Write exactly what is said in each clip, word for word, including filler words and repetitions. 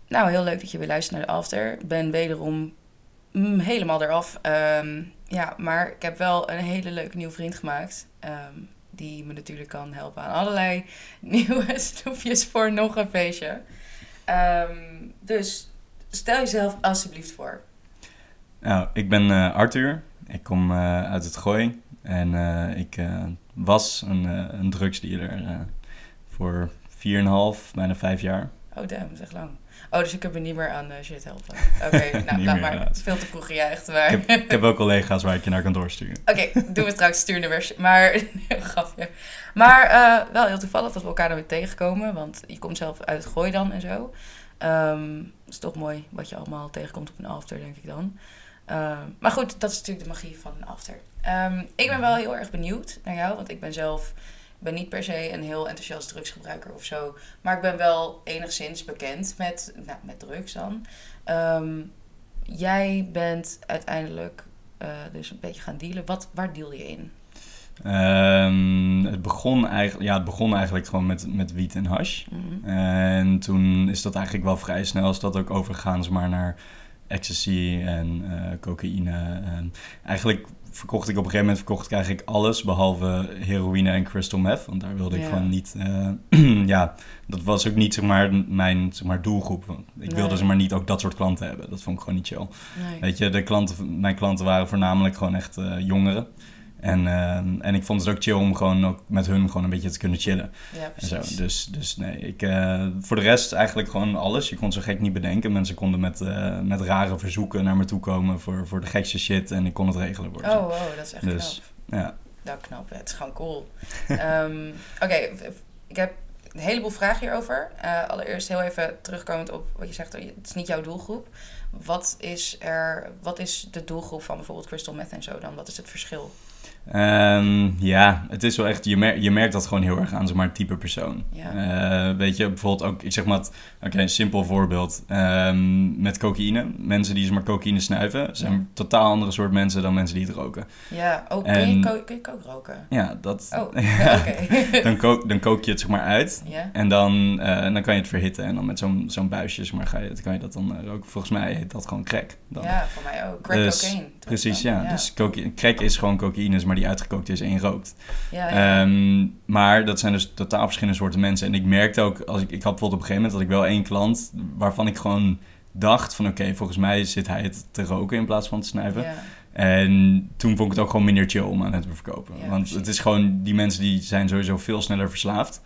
Nou, heel leuk dat je weer luistert naar de After. Ik ben wederom mm, helemaal eraf. Um, ja, maar ik heb wel een hele leuke nieuwe vriend gemaakt. Um, die me natuurlijk kan helpen aan allerlei nieuwe snoepjes voor nog een feestje. Um, dus stel jezelf alsjeblieft voor. Nou, ik ben uh, Arthur. Ik kom uh, uit het Gooi. En uh, ik uh, was een, uh, een drugsdealer uh, voor vier en een half, bijna vijf jaar. Oh damn, dat is echt lang. Oh, dus ik heb me niet meer aan uh, shit helpen. Oké, okay, nou laat maar. Het is veel te vroeg gejuicht. Maar... Ik, heb, ik heb wel collega's waar ik je naar kan doorsturen. Oké, okay, doen we straks stuurnummers. Maar, heel grapje. Maar uh, wel heel toevallig dat we elkaar dan weer tegenkomen. Want je komt zelf uit het Gooi dan en zo. Um, het is toch mooi wat je allemaal tegenkomt op een after, denk ik dan. Uh, maar goed, dat is natuurlijk de magie van een after. Um, ik ben wel heel erg benieuwd naar jou, want ik ben zelf... Ik ben niet per se een heel enthousiast drugsgebruiker of zo. Maar ik ben wel enigszins bekend met, nou, met drugs dan. Um, jij bent uiteindelijk uh, dus een beetje gaan dealen. Wat, waar deal je in? Um, het, begon eigenlijk, ja, het begon eigenlijk gewoon met, met wiet en hash. Mm-hmm. En toen is dat eigenlijk wel vrij snel is dat ook overgegaan zeg maar, naar ecstasy en uh, cocaïne. En eigenlijk... verkocht ik op een gegeven moment verkocht ik eigenlijk alles behalve heroïne en crystal meth, want daar wilde ik ja. gewoon niet uh, ja, dat was ook niet zeg maar mijn zeg maar doelgroep. Ik nee. wilde zeg maar niet ook dat soort klanten hebben. Dat vond ik gewoon niet chill. Nee. Weet je, de klanten mijn klanten waren voornamelijk gewoon echt uh, jongeren. En, uh, en ik vond het ook chill om gewoon ook met hun gewoon een beetje te kunnen chillen. Ja, en zo. Dus, dus nee, ik, uh, voor de rest eigenlijk gewoon alles. Je kon zo gek niet bedenken. Mensen konden met, uh, met rare verzoeken naar me toe komen voor, voor de gekste shit. En ik kon het regelen worden. Oh, wow, dat is echt dus, knap. Ja. Nou, knap. Het is gewoon cool. um, Oké, okay, ik heb een heleboel vragen hierover. Uh, allereerst heel even terugkomend op wat je zegt. Het is niet jouw doelgroep. Wat is, er, wat is de doelgroep van bijvoorbeeld crystal meth en zo dan? Wat is het verschil? Um, ja, het is wel echt, je, mer- je merkt dat gewoon heel erg aan, zeg maar, het type persoon. Ja. Uh, weet je, bijvoorbeeld ook, ik zeg maar, oké, okay, een simpel voorbeeld. Um, met cocaïne, mensen die zeg maar cocaïne snuiven, zijn ja. totaal andere soort mensen dan mensen die het roken. Ja, oh, kun, en, je ko- kun je kook roken? Ja, dat... Oh, oké. Okay. dan, kook, dan kook je het zeg maar uit ja. en dan, uh, dan kan je het verhitten en dan met zo'n, zo'n buisje, zeg maar, ga je, kan je dat dan uh, roken. Volgens mij heet dat gewoon crack. Dan. Ja, voor mij ook. Crack dus, cocaine. Precies, ja. ja. Dus coca- crack is gewoon cocaïne, maar die uitgekookt is en je rookt. Ja, ja. Um, maar dat zijn dus totaal verschillende soorten mensen. En ik merkte ook, als ik, ik had bijvoorbeeld op een gegeven moment dat ik wel één klant waarvan ik gewoon dacht van oké, okay, volgens mij zit hij het te roken in plaats van te snuiven. Ja. En toen vond ik het ook gewoon minder chill om aan het te verkopen. Ja, Want precies. Het is gewoon, die mensen die zijn sowieso veel sneller verslaafd.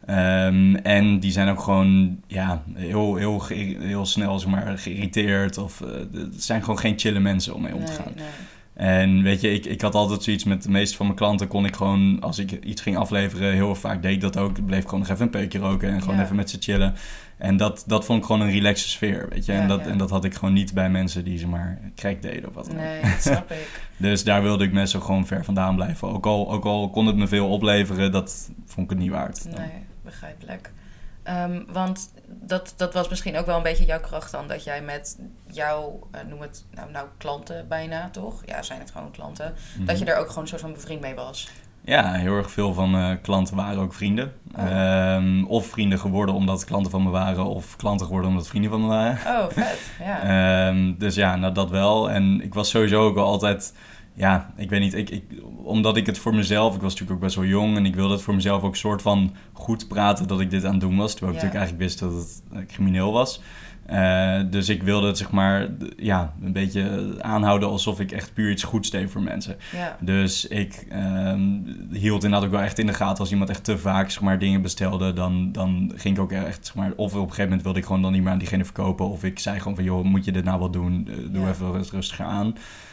Um, en die zijn ook gewoon ja, heel, heel, heel snel zeg maar, geïrriteerd. Of uh, het zijn gewoon geen chille mensen om mee om te gaan. Nee, nee. En weet je, ik, ik had altijd zoiets met de meeste van mijn klanten kon ik gewoon, als ik iets ging afleveren, heel vaak deed ik dat ook. Ik bleef gewoon nog even een peukje roken en gewoon ja. even met ze chillen. En dat, dat vond ik gewoon een relaxe sfeer, weet je. Ja, en, dat, ja. en dat had ik gewoon niet bij mensen die, zeg maar, crack deden of wat dan ook. Nee, dat snap ik. Dus daar wilde ik mensen gewoon ver vandaan blijven. Ook al, ook al kon het me veel opleveren, dat vond ik het niet waard. Dan. Nee, begrijpelijk. Um, want dat, dat was misschien ook wel een beetje jouw kracht dan, dat jij met jouw, uh, noem het nou, nou klanten bijna, toch? Ja, zijn het gewoon klanten. Mm-hmm. Dat je daar ook gewoon een soort van bevriend mee was. Ja, heel erg veel van mijn klanten waren ook vrienden. Oh. Um, of vrienden geworden omdat klanten van me waren, of klanten geworden omdat vrienden van me waren. Oh, vet, ja. Um, dus ja, nou dat wel. En ik was sowieso ook wel altijd... Ja, ik weet niet, ik, ik, omdat ik het voor mezelf... Ik was natuurlijk ook best wel jong en ik wilde het voor mezelf ook soort van goed praten dat ik dit aan het doen was. Terwijl ik ja. natuurlijk eigenlijk wist dat het uh, crimineel was. Uh, dus ik wilde het zeg maar ja, een beetje aanhouden alsof ik echt puur iets goeds deed voor mensen. Ja. Dus ik um, hield inderdaad ook wel echt in de gaten als iemand echt te vaak zeg maar, dingen bestelde. Dan, dan ging ik ook echt, zeg maar, of op een gegeven moment wilde ik gewoon dan niet meer aan diegene verkopen. Of ik zei gewoon van, joh, moet je dit nou wel doen? Uh, doe ja. even rustiger aan.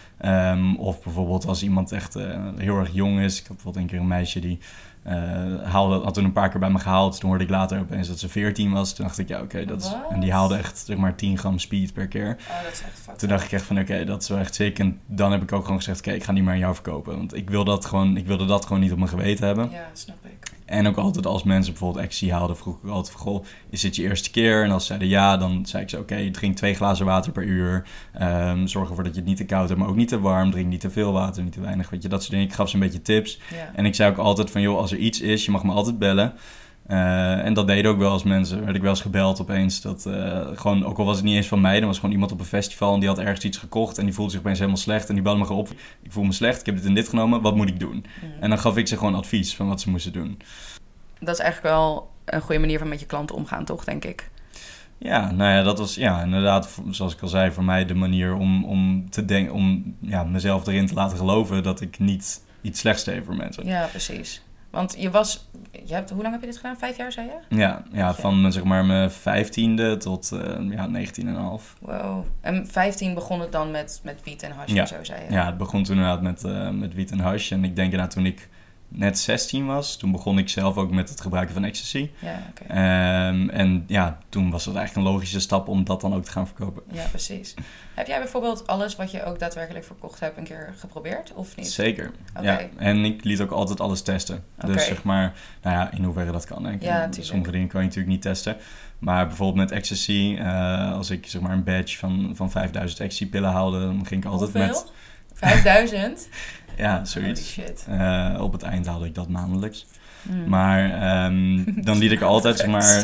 Um, of bijvoorbeeld als iemand echt uh, heel erg jong is. Ik had bijvoorbeeld een keer een meisje die uh, haalde, had toen een paar keer bij me gehaald. Toen hoorde ik later opeens dat ze veertien was. Toen dacht ik, ja oké, okay, dat is... En die haalde echt zeg maar tien gram speed per keer. Oh, dat is echt fucked. Toen dacht ik echt van oké, okay, dat is wel echt sick. En dan heb ik ook gewoon gezegd, oké, okay, ik ga niet meer aan jou verkopen. Want ik, wil dat gewoon, ik wilde dat gewoon niet op mijn geweten hebben. Ja, snap ik. En ook altijd als mensen bijvoorbeeld ecstasy haalden, vroeg ik altijd van, goh, is dit je eerste keer? En als ze zeiden ja, dan zei ik zo, oké, okay, drink twee glazen water per uur. Um, zorg ervoor dat je het niet te koud hebt, maar ook niet te warm. Drink niet te veel water, niet te weinig, weet je, dat soort dingen. Ik gaf ze een beetje tips. Ja. En ik zei ook altijd van, joh, als er iets is, je mag me altijd bellen. Uh, en dat deden ook wel eens mensen. Werd ik wel eens gebeld opeens. Dat, uh, gewoon, ook al was het niet eens van mij, dan was gewoon iemand op een festival en die had ergens iets gekocht en die voelde zich opeens helemaal slecht. En die belde me gewoon op. Ik voel me slecht, ik heb dit en dit genomen, wat moet ik doen? Mm. En dan gaf ik ze gewoon advies van wat ze moesten doen. Dat is eigenlijk wel een goede manier van met je klanten omgaan, toch, denk ik? Ja, nou ja, dat was ja, inderdaad, zoals ik al zei, voor mij de manier om, om, te denk, om ja, mezelf erin te laten geloven dat ik niet iets slechts deed voor mensen. Ja, precies. Want je was, je hebt, hoe lang heb je dit gedaan? Vijf jaar, zei je? Ja, ja van zeg maar mijn vijftiende tot uh, ja, negentien en een half. Wow. En vijftien begon het dan met, met wiet en hash ja. en zo, zei je? Ja, het begon toen inderdaad met, uh, met wiet en hash. En ik denk inderdaad toen ik net zestien was, toen begon ik zelf ook met het gebruiken van ecstasy. Ja, oké. Okay. Um, en ja, toen was het eigenlijk een logische stap om dat dan ook te gaan verkopen. Ja, precies. Heb jij bijvoorbeeld alles wat je ook daadwerkelijk verkocht hebt een keer geprobeerd, of niet? Zeker, okay. ja. En ik liet ook altijd alles testen. Okay. Dus zeg maar, nou ja, in hoeverre dat kan. Hè. Ja, sommige dingen kan je natuurlijk niet testen. Maar bijvoorbeeld met ecstasy, uh, als ik zeg maar een badge van, van vijfduizend ecstasy-pillen haalde, dan ging ik altijd Hoeveel? met... vijfduizend? Ja, zoiets. Shit. Uh, op het eind haalde ik dat maandelijks. Mm. Maar um, dan liet ik altijd, zeg maar...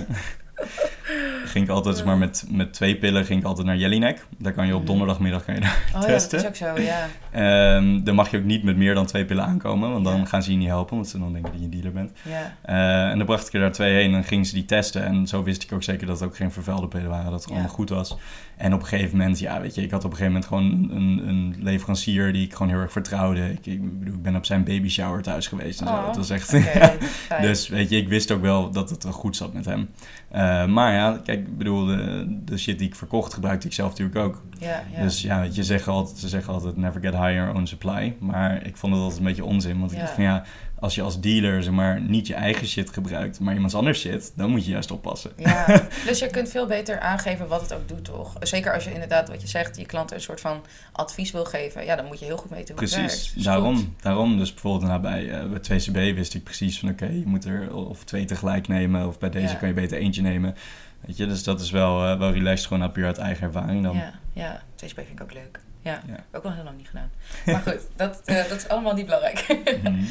ging ik altijd, zeg maar, met, met twee pillen ging ik altijd naar Jellinek. Daar kan je op donderdagmiddag kan je daar oh, testen. Ja, dat is ook zo, ja. Um, dan mag je ook niet met meer dan twee pillen aankomen, want dan ja. gaan ze je niet helpen, want ze dan denken dat je een dealer bent. Ja. Uh, en dan bracht ik er daar twee heen en dan gingen ze die testen. En zo wist ik ook zeker dat het ook geen vervuilde pillen waren, dat het gewoon ja. goed was. En op een gegeven moment, ja, weet je, ik had op een gegeven moment gewoon een, een leverancier die ik gewoon heel erg vertrouwde. Ik, ik bedoel, ik ben op zijn baby shower thuis geweest en zo. Oh, dat was echt... okay, dus weet je, ik wist ook wel dat het wel goed zat met hem. Uh, maar ja, kijk, ik bedoel, de, de shit die ik verkocht gebruikte ik zelf natuurlijk ook. Ja, ja. Dus ja, weet je, zeggen altijd, ze zeggen altijd never get high your own supply. Maar ik vond het altijd een beetje onzin. Want ik ja. dacht van ja, als je als dealer zeg maar niet je eigen shit gebruikt, maar iemands anders shit, dan moet je juist oppassen. Ja, dus je kunt veel beter aangeven wat het ook doet, toch? Zeker als je inderdaad, wat je zegt, je klanten een soort van advies wil geven. Ja, dan moet je heel goed weten hoe precies, het werkt. Precies, daarom, daarom. Dus bijvoorbeeld nou, bij, uh, bij twee C B wist ik precies van oké, okay, je moet er of twee tegelijk nemen. Of bij deze ja. kan je beter eentje nemen. Weet je, dus dat is wel, uh, wel relaxed, gewoon puur uit eigen ervaring dan. Ja, ja, twee C B vind ik ook leuk. Ja, ja. ook al heel lang niet gedaan. Maar goed, dat, uh, dat is allemaal niet belangrijk. mm-hmm.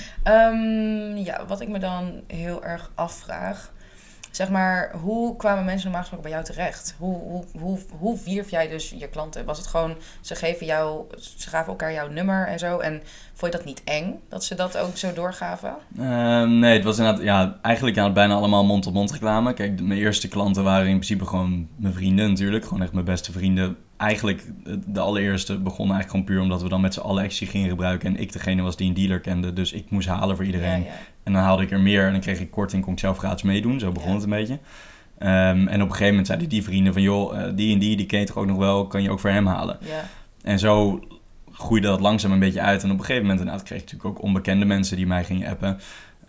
um, ja, wat ik me dan heel erg afvraag, zeg maar, hoe kwamen mensen normaal gesproken bij jou terecht? Hoe, hoe, hoe, hoe wierf jij dus je klanten? Was het gewoon, ze geven jou, ze gaven elkaar jouw nummer en zo, en vond je dat niet eng, dat ze dat ook zo doorgaven? Uh, nee, het was inderdaad, ja, eigenlijk ja, bijna allemaal mond-op-mond reclame. Kijk, de, mijn eerste klanten waren in principe gewoon mijn vrienden natuurlijk, gewoon echt mijn beste vrienden. Eigenlijk, de allereerste begon eigenlijk gewoon puur omdat we dan met z'n allen ecstasy gingen gebruiken en ik degene was die een dealer kende, dus ik moest halen voor iedereen. Ja, ja. En dan haalde ik er meer en dan kreeg ik korting, kon ik zelf gratis meedoen, zo begon ja. het een beetje. Um, en op een gegeven moment zeiden die vrienden van, joh, uh, die en die, die ken je toch ook nog wel, kan je ook voor hem halen. Ja. En zo groeide dat langzaam een beetje uit en op een gegeven moment inderdaad kreeg ik natuurlijk ook onbekende mensen die mij gingen appen.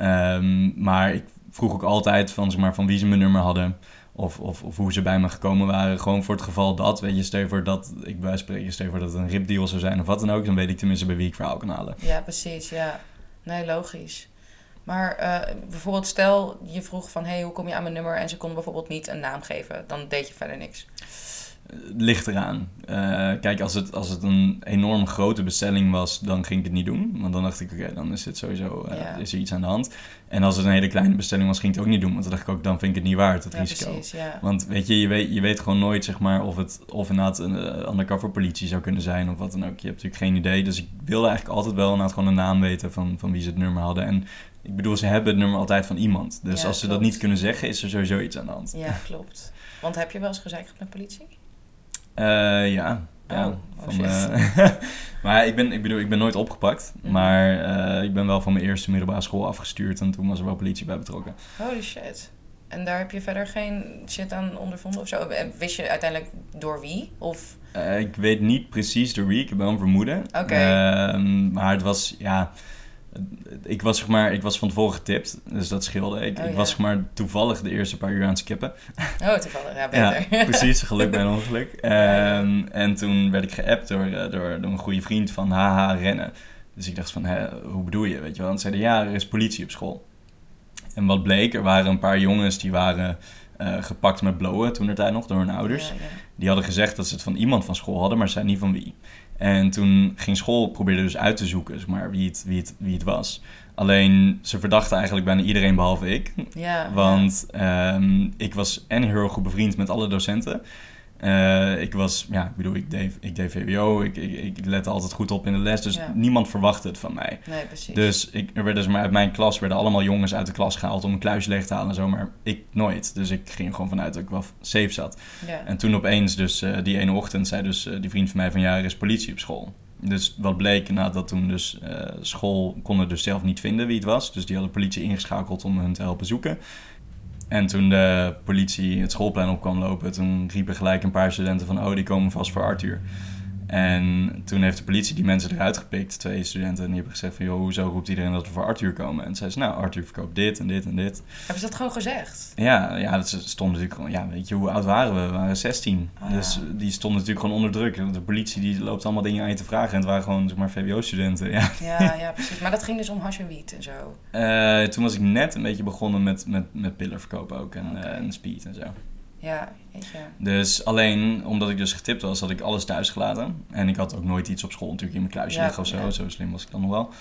Um, maar ik vroeg ook altijd van, zeg maar, van wie ze mijn nummer hadden. Of, of, of hoe ze bij me gekomen waren. Gewoon voor het geval dat, weet je, stel je voor dat ik bij spreken, stel je voor dat het een ripdeal zou zijn of wat dan ook, dan weet ik tenminste bij wie ik verhaal kan halen. Ja, precies, ja. Nee, logisch. Maar uh, bijvoorbeeld stel je vroeg van, hé, hey, hoe kom je aan mijn nummer? En ze konden bijvoorbeeld niet een naam geven. Dan deed je verder niks. Ligt eraan. Uh, kijk, als het, als het een enorm grote bestelling was, dan ging ik het niet doen. Want dan dacht ik, oké, okay, dan is het sowieso, uh, ja. is er iets aan de hand. En als het een hele kleine bestelling was, ging ik het ook niet doen. Want dan dacht ik ook, dan vind ik het niet waard, het ja, risico. Precies, ja. Want weet je, je weet, je weet gewoon nooit, zeg maar, of het of inderdaad een uh, undercover politie zou kunnen zijn of wat dan ook. Je hebt natuurlijk geen idee. Dus ik wilde eigenlijk altijd wel inderdaad gewoon een naam weten van, van wie ze het nummer hadden. En ik bedoel, ze hebben het nummer altijd van iemand. Dus ja, als ze klopt. dat niet kunnen zeggen, is er sowieso iets aan de hand. Ja, klopt. Want heb je wel eens gezeik gehad met politie? Uh, ja. ja oh, van, uh, maar ik ben, ik bedoel, ik ben nooit opgepakt. Mm-hmm. Maar uh, ik ben wel van mijn eerste middelbare school afgestuurd. En toen was er wel politie bij betrokken. Holy shit. En daar heb je verder geen shit aan ondervonden of zo? En wist je uiteindelijk door wie? Of... Uh, ik weet niet precies door wie. Ik heb wel een vermoeden. Oké. Okay. Uh, maar het was, ja... Ik was, zeg maar, ik was van tevoren getipt, dus dat scheelde. Ik, oh, ik ja. was zeg maar, toevallig de eerste paar uur aan het skippen. Oh, toevallig, ja, beter. Ja, precies, geluk bij een ongeluk. Um, en toen werd ik geappt door, door, door een goede vriend van haha rennen. Dus ik dacht van, hè, hoe bedoel je, weet je wel? En zeiden, ja, er is politie op school. En wat bleek, er waren een paar jongens die waren uh, gepakt met blowen toen er tijd nog door hun ouders. Ja, ja. Die hadden gezegd dat ze het van iemand van school hadden, maar ze zeiden niet van wie. En toen ging school probeerde dus uit te zoeken, zeg maar, wie het, wie het, wie het was. Alleen, ze verdachten eigenlijk bijna iedereen behalve ik. Ja, Want ja. um, ik was en heel goed bevriend met alle docenten. Uh, ik was, ja, ik bedoel, ik deed, ik deed V W O, ik, ik, ik lette altijd goed op in de les, dus ja. niemand verwachtte het van mij. Nee, precies. Dus ik, er werden, dus maar uit mijn klas werden allemaal jongens uit de klas gehaald om een kluis leeg te halen en zo, maar ik nooit. Dus ik ging er gewoon vanuit dat ik wel safe zat. Ja. En toen opeens, dus uh, die ene ochtend, zei dus uh, die vriend van mij van, ja, er is politie op school. Dus wat bleek, nadat toen dus uh, school konden dus zelf niet vinden wie het was. Dus die hadden politie ingeschakeld om hun te helpen zoeken. En toen de politie het schoolplein op kwam lopen, toen riepen gelijk een paar studenten van, oh, die komen vast voor Arthur. En toen heeft de politie die mensen eruit gepikt, twee studenten, en die hebben gezegd van, joh, hoezo roept iedereen dat we voor Arthur komen? En toen zei ze, nou, Arthur verkoopt dit en dit en dit. Hebben ze dat gewoon gezegd? Ja, ja, dat stond natuurlijk gewoon, ja, weet je, hoe oud waren we? We waren zestien. Oh, ja. Dus die stonden natuurlijk gewoon onder druk. De politie die loopt allemaal dingen aan je te vragen en het waren gewoon, zeg maar, V W O-studenten, ja. Ja, ja, precies. Maar dat ging dus om hash en wiet en zo? Uh, toen was ik net een beetje begonnen met, met, met pillen verkopen ook en, okay. uh, en speed en zo. Ja, weet je. Dus alleen, omdat ik dus getipt was, had ik alles thuis gelaten. En ik had ook nooit iets op school natuurlijk in mijn kluisje ja, liggen of zo. Ja. Zo slim was ik dan nog wel.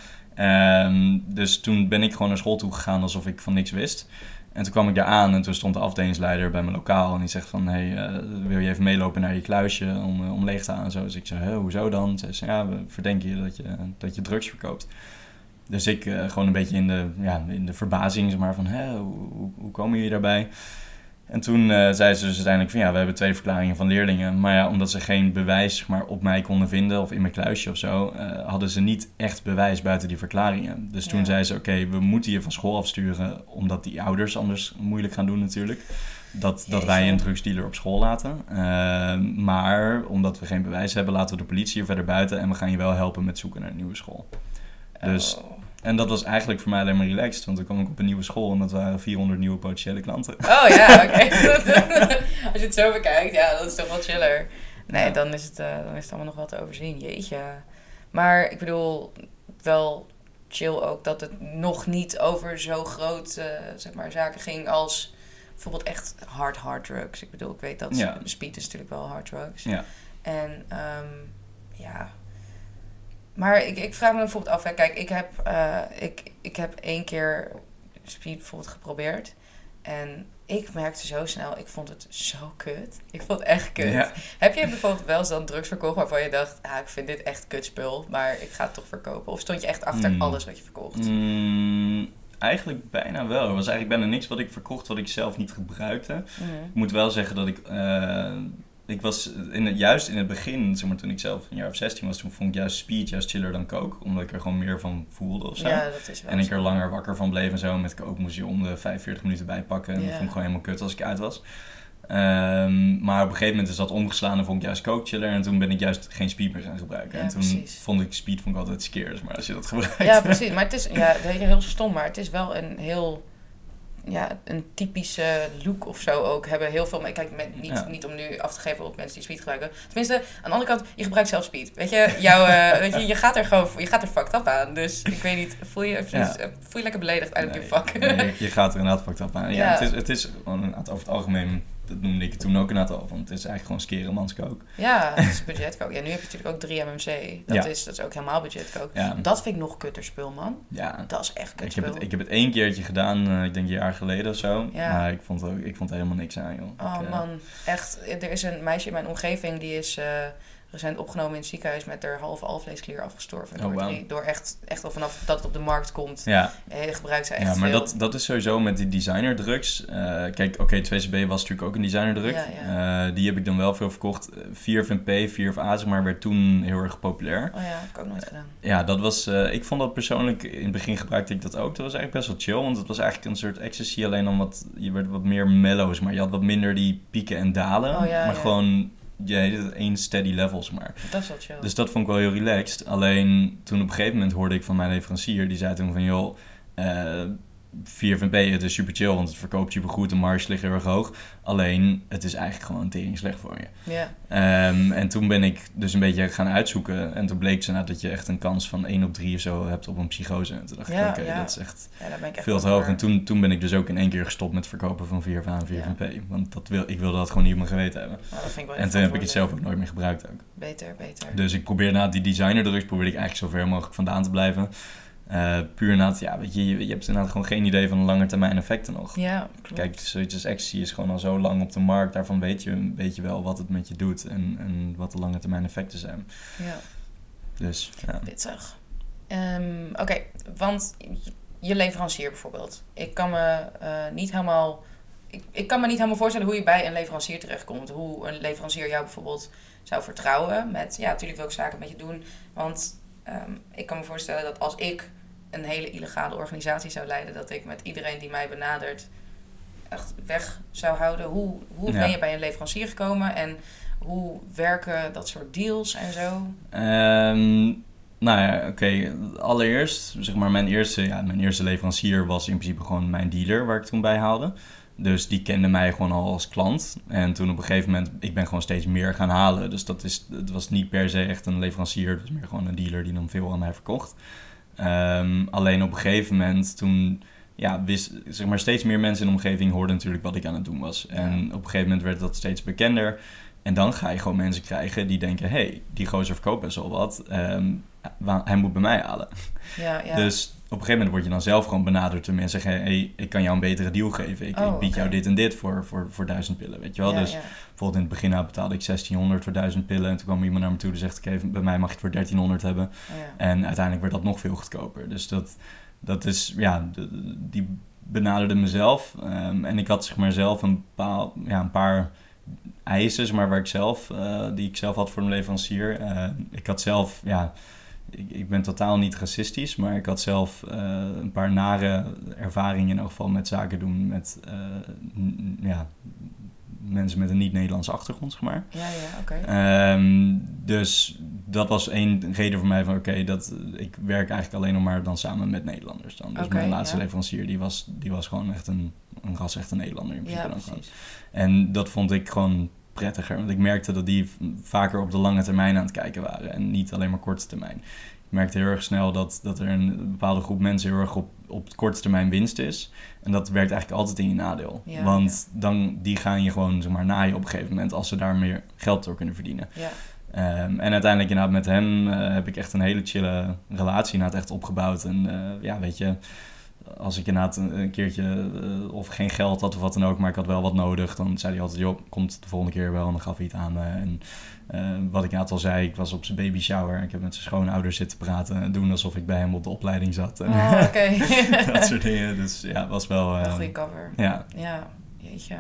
Um, dus toen ben ik gewoon naar school toe gegaan alsof ik van niks wist. En toen kwam ik daar aan en toen stond de afdelingsleider bij mijn lokaal. En die zegt van, hey, uh, wil je even meelopen naar je kluisje om, uh, om leeg te halen en zo. Dus ik zei, hey, hoezo dan? Ze zei, ja, we verdenken je dat je, dat je drugs verkoopt. Dus ik uh, gewoon een beetje in de, ja, in de verbazing, zeg maar, van, hé, hoe, hoe, hoe komen jullie daarbij? En toen uh, zei ze dus uiteindelijk van ja, we hebben twee verklaringen van leerlingen. Maar ja, omdat ze geen bewijs zeg maar, op mij konden vinden of in mijn kluisje of zo, uh, hadden ze niet echt bewijs buiten die verklaringen. Dus toen ja. zei ze, oké, okay, we moeten je van school afsturen, omdat die ouders anders moeilijk gaan doen natuurlijk. Dat, dat wij een drugsdealer op school laten. Uh, maar omdat we geen bewijs hebben, laten we de politie hier verder buiten en we gaan je wel helpen met zoeken naar een nieuwe school. Dus... Oh. En dat was eigenlijk voor mij alleen maar relaxed, want toen kwam ik op een nieuwe school en dat waren vierhonderd nieuwe potentiële klanten. Oh ja, oké. Okay. Als je het zo bekijkt, ja, dat is toch wel chiller. Nee, ja. dan, is het, uh, dan is het allemaal nog wel te overzien, jeetje. Maar ik bedoel, wel chill ook dat het nog niet over zo groot, uh, zeg maar, zaken ging als bijvoorbeeld echt hard, hard drugs. Ik bedoel, ik weet dat ja. speed is natuurlijk wel hard drugs. Ja. En um, ja... Maar ik, ik vraag me bijvoorbeeld af, hè, kijk, ik heb, uh, ik, ik heb één keer speed bijvoorbeeld geprobeerd. En ik merkte zo snel, ik vond het zo kut. Ik vond het echt kut. Ja. Heb je bijvoorbeeld wel eens dan drugs verkocht waarvan je dacht, ah, ik vind dit echt kutspul, maar ik ga het toch verkopen? Of stond je echt achter mm. alles wat je verkocht? Mm, eigenlijk bijna wel. Er was eigenlijk bijna niks wat ik verkocht wat ik zelf niet gebruikte. Mm. Ik moet wel zeggen dat ik... Uh, Ik was in het, juist in het begin, zeg maar, toen ik zelf een jaar of zestien was, toen vond ik juist speed juist chiller dan coke. Omdat ik er gewoon meer van voelde of zo. Ja, dat is wel en ik er zo. langer wakker van bleef en zo. Met coke moest je om de vijfenveertig minuten bijpakken. En ja. dat vond ik gewoon helemaal kut als ik uit was. Um, maar op een gegeven moment is dat omgeslaan en vond ik juist coke chiller. En toen ben ik juist geen speed meer gaan gebruiken. Ja, en toen precies. vond ik speed vond ik altijd scares, maar als je dat gebruikt. Ja, precies. Maar het is ja, heel stom, maar het is wel een heel... Ja, een typische look of zo ook hebben heel veel... Kijk, met, niet, ja. niet om nu af te geven op mensen die speed gebruiken. Tenminste, aan de andere kant, je gebruikt zelf speed. Weet je, jouw, uh, weet je, je gaat er gewoon... Je gaat er fucked up aan. Dus ik weet niet, voel je, ja. voel je lekker beledigd? I don't give a fuck. Nee, je, je gaat er inderdaad fucked up aan. Ja, ja. Het is, het is gewoon over het algemeen... Dat noemde ik het toen ook inderdaad al. Want het is eigenlijk gewoon skeren manskook. Ja, het is budgetkook. Ja, nu heb je natuurlijk ook drie M M C. Dat, ja. is, dat is ook helemaal budgetkook. Ja. Dat vind ik nog kutter spul, man. Ja. Dat is echt kutspul. Ik heb het, ik heb het één keertje gedaan, uh, ik denk een jaar geleden of zo. Ja. Maar ik vond, ook, ik vond er helemaal niks aan, joh. Oh ik, uh... man, echt. Er is een meisje in mijn omgeving die is... Uh, recent opgenomen in het ziekenhuis met haar halve alvleesklier afgestorven. Oh, door, wow. die, door echt, echt al vanaf dat het op de markt komt. Ja. Eh, gebruikt ze echt Ja, maar veel. dat, dat is sowieso met die designerdrugs. Uh, kijk, oké, okay, twee C B was natuurlijk ook een designerdrug. Ja, ja. Uh, die heb ik dan wel veel verkocht. vier F N P, vier F A, zeg maar, werd toen heel erg populair. Oh ja, heb ik ook nooit gedaan. Uh, ja, dat was... Uh, ik vond dat persoonlijk... In het begin gebruikte ik dat ook. Dat was eigenlijk best wel chill. Want het was eigenlijk een soort ecstasy. Alleen dan wat... Je werd wat meer mellows. Maar je had wat minder die pieken en dalen. Oh, ja, maar ja. gewoon... Je heet het één steady levels maar. Dat is wel chill. Dus dat vond ik wel heel relaxed. Alleen toen op een gegeven moment hoorde ik van mijn leverancier, die zei toen van joh, uh, vier F N P, het is super chill, want het verkoopt super goed, de marge ligt heel erg hoog. Alleen, het is eigenlijk gewoon tering slecht voor je. Ja. Um, en toen ben ik dus een beetje gaan uitzoeken. En toen bleek ze nou dat je echt een kans van één op drie of zo hebt op een psychose. En toen dacht Ja, ik, oké, okay, ja. dat is echt, ja, daar ben ik echt veel te hoog. En toen, toen ben ik dus ook in één keer gestopt met verkopen van vier F A en vier F N P. Ja. Want dat wil, ik wilde dat gewoon niet op mijn geweten hebben. Nou, dat vind ik wel en toen heb ik het zelf ook nooit meer gebruikt ook. Beter, beter. Dus ik probeer na die designerdrugs, probeer ik eigenlijk zo ver mogelijk vandaan te blijven. Uh, puur na het, ja, weet je, je, je hebt inderdaad gewoon geen idee van de lange termijn effecten nog. Ja, klopt. Kijk, zoiets als ecstasy is gewoon al zo lang op de markt, daarvan weet je, weet je wel wat het met je doet en, en wat de lange termijn effecten zijn. Ja. Dus, ja. Pittig. Um, Oké, okay, want je leverancier bijvoorbeeld. Ik kan me uh, niet helemaal... Ik, ik kan me niet helemaal voorstellen hoe je bij een leverancier terechtkomt. Hoe een leverancier jou bijvoorbeeld zou vertrouwen met... Ja, natuurlijk wil ik zaken met je doen. Want um, ik kan me voorstellen dat als ik een hele illegale organisatie zou leiden... dat ik met iedereen die mij benadert echt weg zou houden. Hoe, hoe ja. ben je bij een leverancier gekomen? En hoe werken dat soort deals en zo? Um, nou ja, oké. Okay. Allereerst, zeg maar, mijn eerste, ja, mijn eerste leverancier was in principe gewoon mijn dealer waar ik toen bij haalde. Dus die kende mij gewoon al als klant. En toen op een gegeven moment, ik ben gewoon steeds meer gaan halen. Dus dat is, het was niet per se echt een leverancier. Het was meer gewoon een dealer die dan veel aan mij verkocht. Um, alleen op een gegeven moment, toen, ja, wist, zeg maar, steeds meer mensen in de omgeving hoorden natuurlijk wat ik aan het doen was. En ja. op een gegeven moment werd dat steeds bekender. En dan ga je gewoon mensen krijgen die denken, hé, hey, die gozer verkoopt best wel wat. Um, hij moet bij mij halen. Ja, ja. Dus op een gegeven moment word je dan zelf gewoon benaderd door mensen zeggen, hey, ik kan jou een betere deal geven. Ik, oh, ik bied okay. jou dit en dit voor, voor, voor duizend pillen, weet je wel. Ja, dus ja. bijvoorbeeld in het begin nou, betaalde ik zestienhonderd voor duizend pillen. En toen kwam iemand naar me toe en zegt, oké, okay, bij mij mag je het voor dertienhonderd hebben. Oh, ja. En uiteindelijk werd dat nog veel goedkoper. Dus dat, dat is, ja, de, die benaderde mezelf. Um, en ik had zeg maar zelf een paar, ja, een paar eisen, zeg maar, waar ik zelf, uh, die ik zelf had voor een leverancier. Uh, ik had zelf, ja... Ik, ik ben totaal niet racistisch, maar ik had zelf uh, een paar nare ervaringen in elk geval met zaken doen met uh, n- ja, mensen met een niet-Nederlandse achtergrond, zeg maar. Ja, ja, oké. Okay. Um, dus dat was één reden voor mij van oké, okay, dat ik werk eigenlijk alleen nog maar dan samen met Nederlanders dan. Dus okay, mijn laatste ja. leverancier, die was, die was gewoon echt een, een ras, echt een Nederlander in principe ja, dan gewoon. En dat vond ik gewoon prettiger, want ik merkte dat die vaker op de lange termijn aan het kijken waren en niet alleen maar korte termijn. Ik merkte heel erg snel dat, dat er een bepaalde groep mensen heel erg op, op korte termijn winst is. En dat werkt eigenlijk altijd in je nadeel. Ja, want ja. dan die gaan je gewoon, zeg maar, naaien op een gegeven moment als ze daar meer geld door kunnen verdienen. Ja. Um, en uiteindelijk inderdaad met hem uh, heb ik echt een hele chille relatie inderdaad echt opgebouwd. En uh, ja, weet je, als ik inderdaad een, een keertje uh, of geen geld had of wat dan ook, maar ik had wel wat nodig, dan zei hij altijd, joh, komt de volgende keer wel. En dan gaf hij het aan me. En uh, wat ik inderdaad al zei, ik was op zijn baby shower. Ik heb met zijn schoonouders zitten praten en doen alsof ik bij hem op de opleiding zat. En oh, oké. Okay. dat soort dingen. Dus ja, het was wel... Uh, een goede cover. Ja. Ja, jeetje.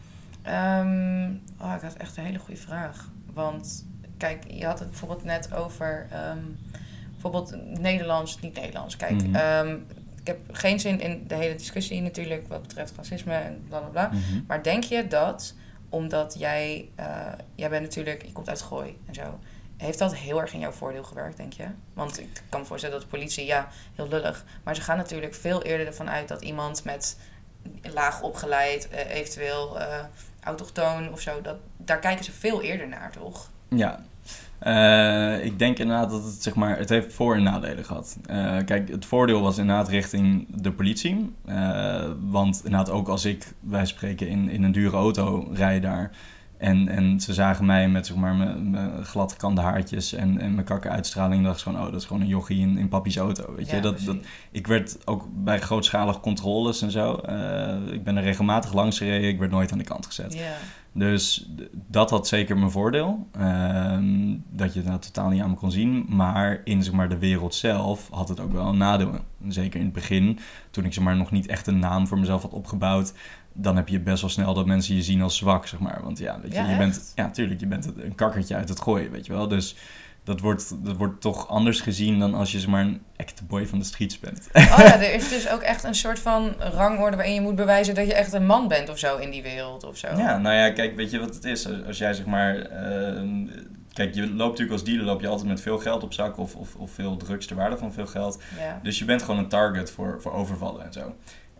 Um, oh, ik had echt een hele goede vraag. Want kijk, je had het bijvoorbeeld net over um, bijvoorbeeld Nederlands, niet Nederlands. Kijk, mm-hmm. um, ik heb geen zin in de hele discussie natuurlijk wat betreft racisme en bla bla bla. Mm-hmm. Maar denk je dat, omdat jij, uh, jij bent natuurlijk, je komt uit Gooi en zo. Heeft dat heel erg in jouw voordeel gewerkt, denk je? Want ik kan me voorstellen dat de politie, ja, heel lullig. Maar ze gaan natuurlijk veel eerder ervan uit dat iemand met laag opgeleid, uh, eventueel uh, autochtoon of zo, dat, daar kijken ze veel eerder naar, toch? Ja. Uh, ik denk inderdaad dat het, zeg maar, het heeft voor- en nadelen gehad. Uh, kijk, het voordeel was inderdaad richting de politie. Uh, want inderdaad ook als ik, wij spreken, in, in een dure auto rij daar. En, en ze zagen mij met, zeg maar, mijn gladgekande haartjes en, en mijn kakke uitstraling. Dacht ze gewoon, oh, dat is gewoon een jochie in, in papi's auto. Weet je? Ja, dat, dat, ik werd ook bij grootschalige controles en zo. Uh, ik ben er regelmatig langs gereden. Ik werd nooit aan de kant gezet. Ja. Dus dat had zeker mijn voordeel. Uh, dat je het nou totaal niet aan me kon zien. Maar in, zeg maar, de wereld zelf had het ook wel een nadeel. Zeker in het begin, toen ik, zeg maar, nog niet echt een naam voor mezelf had opgebouwd. Dan heb je best wel snel dat mensen je zien als zwak, zeg maar. Want ja, weet je, ja, je bent, ja, tuurlijk, je bent een kakkertje uit het gooien, weet je wel. Dus dat wordt, dat wordt toch anders gezien dan als je, zeg maar, een actboy van de streets bent. Oh ja, er is dus ook echt een soort van rangorde waarin je moet bewijzen dat je echt een man bent of zo in die wereld of zo. Ja, nou ja, kijk, weet je wat het is? Als jij, zeg maar... Uh, kijk, je loopt natuurlijk als dealer, loop je altijd met veel geld op zak of, of, of veel drugs ter waarde van veel geld. Ja. Dus je bent gewoon een target voor, voor overvallen en zo.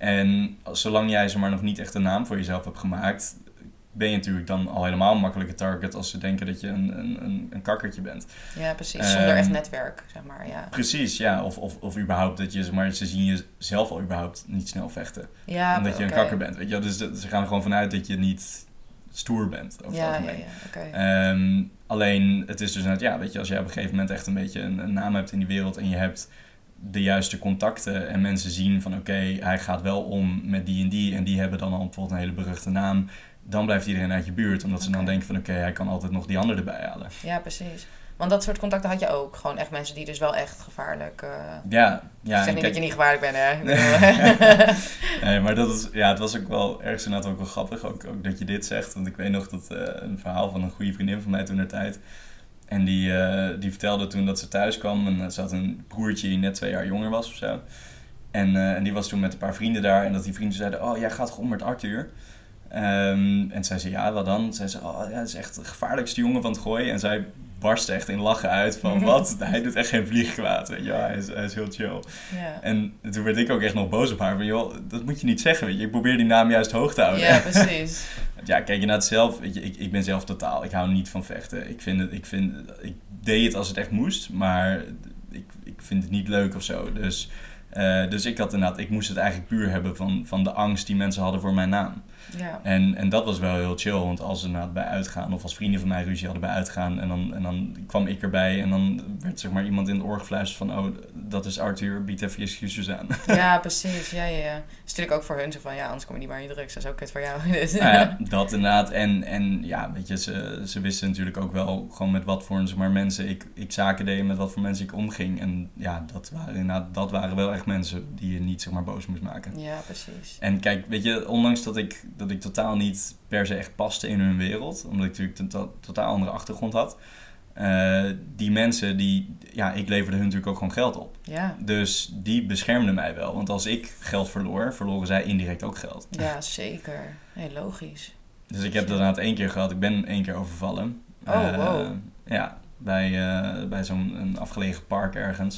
En zolang jij zeg maar nog niet echt een naam voor jezelf hebt gemaakt, ben je natuurlijk dan al helemaal een makkelijke target als ze denken dat je een, een, een kakkertje bent. Ja, precies. Zonder um, echt netwerk, zeg maar. Ja. Precies, ja. Of, of, of überhaupt dat je, zeg maar, ze zien je zelf al überhaupt niet snel vechten. Ja, omdat je okay. een kakker bent, weet je wel. Dus de, ze gaan er gewoon vanuit dat je niet stoer bent, over ja, het algemeen. Ja, ja, okay. um, alleen, het is dus net, ja, weet je, als jij op een gegeven moment echt een beetje een, een naam hebt in die wereld en je hebt de juiste contacten en mensen zien van oké, okay, hij gaat wel om met die en die en die hebben dan al bijvoorbeeld een hele beruchte naam, dan blijft iedereen uit je buurt, omdat ze okay. dan denken van oké, okay, hij kan altijd nog die ander erbij halen. Ja, precies. Want dat soort contacten had je ook. Gewoon echt mensen die dus wel echt gevaarlijk... Uh... Ja, ja. Ik zeg niet kijk... dat je niet gevaarlijk bent, hè? Nee, maar dat is, ja, het was ook wel ergens inderdaad ook wel grappig, ook, ook dat je dit zegt. Want ik weet nog dat uh, een verhaal van een goede vriendin van mij toen der tijd. En die, uh, die vertelde toen dat ze thuis kwam en ze had een broertje die net twee jaar jonger was of zo. En, uh, en die was toen met een paar vrienden daar en dat die vrienden zeiden, oh, jij gaat gewoon met Arthur. Um, en zij zei, ja, wat dan? Zij zei, oh, ja, dat is echt de gevaarlijkste jongen van het gooien. En zij barstte echt in lachen uit van, wat? Hij doet echt geen vlieg kwaad. Weet je wel? Hij is, hij is heel chill. Ja. En toen werd ik ook echt nog boos op haar. Van, joh, dat moet je niet zeggen, weet je. Ik probeer die naam juist hoog te houden. Ja, precies. Ja, kijk je naar het zelf. Weet je, ik, ik ben zelf totaal. Ik hou niet van vechten. Ik vind het, ik vind, ik deed het als het echt moest, maar ik, ik vind het niet leuk of zo. Dus, uh, dus ik had inderdaad, ik moest het eigenlijk puur hebben van, van de angst die mensen hadden voor mijn naam. Ja. En, en dat was wel heel chill, want als ze inderdaad bij uitgaan of als vrienden van mij ruzie hadden bij uitgaan en dan, en dan kwam ik erbij en dan werd zeg maar iemand in het oor gefluisterd van, oh, dat is Arthur, bied even je excuses aan. Ja, precies. Ja, ja, ja. Dat is natuurlijk ook voor hun zo van, ja, anders kom je niet meer aan je drugs. Dat is ook kut voor jou. Dus. Nou ja, dat inderdaad. En, en ja, weet je, ze, ze wisten natuurlijk ook wel gewoon met wat voor zeg maar, mensen ik, ik zaken deed, met wat voor mensen ik omging. En ja, dat waren inderdaad, dat waren wel echt mensen die je niet zeg maar boos moest maken. Ja, precies. En kijk, weet je, ondanks dat ik, dat ik totaal niet per se echt paste in hun wereld, omdat ik natuurlijk een to- totaal andere achtergrond had, uh, die mensen, die, ja, ik leverde hun natuurlijk ook gewoon geld op. Ja. Dus die beschermden mij wel, want als ik geld verloor, verloren zij indirect ook geld. Ja, zeker. Nee, logisch. Dus ik heb dat inderdaad één keer gehad, ik ben één keer overvallen. Oh, uh, wow. Ja, bij, uh, bij zo'n een afgelegen park ergens.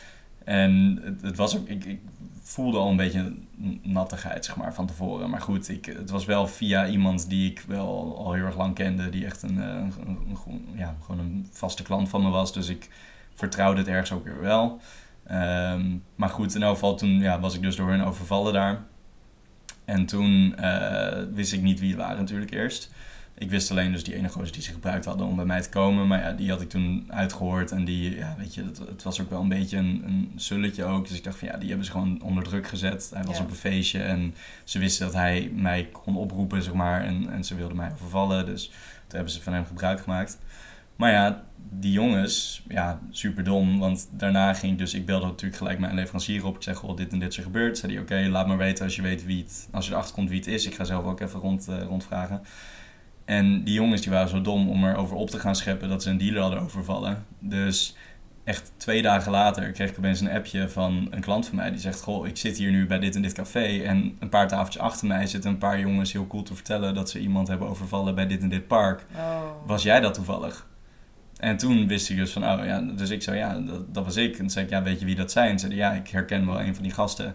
En het, het was ook, ik, ik voelde al een beetje nattigheid, zeg maar, van tevoren. Maar goed, ik, het was wel via iemand die ik wel al heel erg lang kende, die echt een, een, een, een, ja, gewoon een vaste klant van me was. Dus ik vertrouwde het ergens ook weer wel. Um, maar goed, in elk geval toen ja, was ik dus door hen overvallen daar. En toen uh, wist ik niet wie het waren natuurlijk eerst. Ik wist alleen dus die ene gozer die ze gebruikt hadden om bij mij te komen. Maar ja, die had ik toen uitgehoord. En die, ja, weet je, het, het was ook wel een beetje een, een sulletje ook. Dus ik dacht van ja, die hebben ze gewoon onder druk gezet. Hij was ja. op een feestje en ze wisten dat hij mij kon oproepen, zeg maar. En, en ze wilden mij overvallen. Dus toen hebben ze van hem gebruik gemaakt. Maar ja, die jongens, ja, super dom. Want daarna ging ik dus, ik belde natuurlijk gelijk mijn leverancier op. Ik zeg, goh, dit en dit is er gebeurd. Zei die, oké, okay, laat maar weten als je weet wie het, als je erachter komt wie het is. Ik ga zelf ook even rond, uh, rondvragen. En die jongens die waren zo dom om erover op te gaan scheppen dat ze een dealer hadden overvallen. Dus echt twee dagen later kreeg ik opeens een appje van een klant van mij. Die zegt, goh, ik zit hier nu bij dit en dit café. En een paar tafeltjes achter mij zitten een paar jongens heel cool te vertellen dat ze iemand hebben overvallen bij dit en dit park. Oh. Was jij dat toevallig? En toen wist ik dus van, oh ja, dus ik zei, ja, dat, dat was ik. En toen zei ik, ja, weet je wie dat zijn? Ze zei, ja, ik herken wel een van die gasten.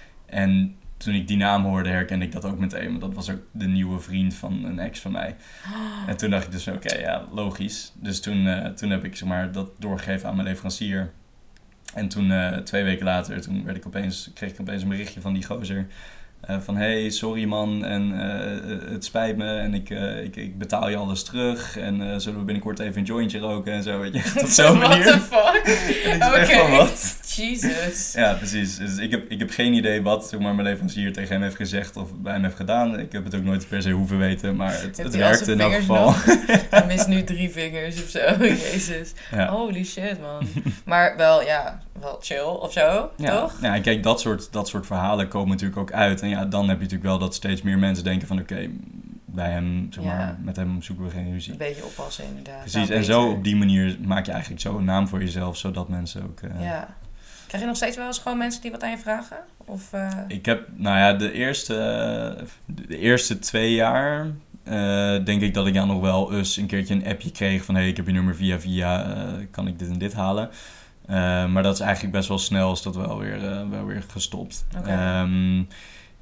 En toen ik die naam hoorde, herkende ik dat ook meteen. Want dat was ook de nieuwe vriend van een ex van mij. Oh. En toen dacht ik dus, oké, okay, ja, logisch. Dus toen, uh, toen heb ik zeg maar, dat doorgegeven aan mijn leverancier. En toen, uh, twee weken later, toen werd ik opeens, kreeg ik opeens een berichtje van die gozer. Uh, van, hey, sorry man, en uh, het spijt me en ik, uh, ik, ik betaal je alles terug. En uh, zullen we binnenkort even een jointje roken en zo, weet je. Op zo'n manier. What the fuck? Oké. Okay. Wat? Jesus. Ja, precies. Dus ik heb, ik heb geen idee wat zeg maar, mijn leverancier tegen hem heeft gezegd of bij hem heeft gedaan. Ik heb het ook nooit per se hoeven weten, maar het, het werkte in elk geval. Hij mist nu drie vingers of zo, jezus. Ja. Holy shit, man. Maar wel, ja, wel chill of zo, ja. toch? Ja, kijk, dat soort, dat soort verhalen komen natuurlijk ook uit. En ja, dan heb je natuurlijk wel dat steeds meer mensen denken van, oké, okay, bij hem, zeg maar, ja. met hem zoeken we geen ruzie. Een beetje oppassen, inderdaad. Precies, nou, en beter. Zo op die manier maak je eigenlijk zo een naam voor jezelf, zodat mensen ook... Uh, ja. Krijg je nog steeds wel eens gewoon mensen die wat aan je vragen? Of, uh... Ik heb, nou ja, de eerste, de eerste twee jaar uh, denk ik dat ik ja nog wel eens een keertje een appje kreeg van, hey, ik heb je nummer via via, uh, kan ik dit en dit halen? Uh, maar dat is eigenlijk best wel snel is dat wel weer, uh, wel weer gestopt. Okay. Um,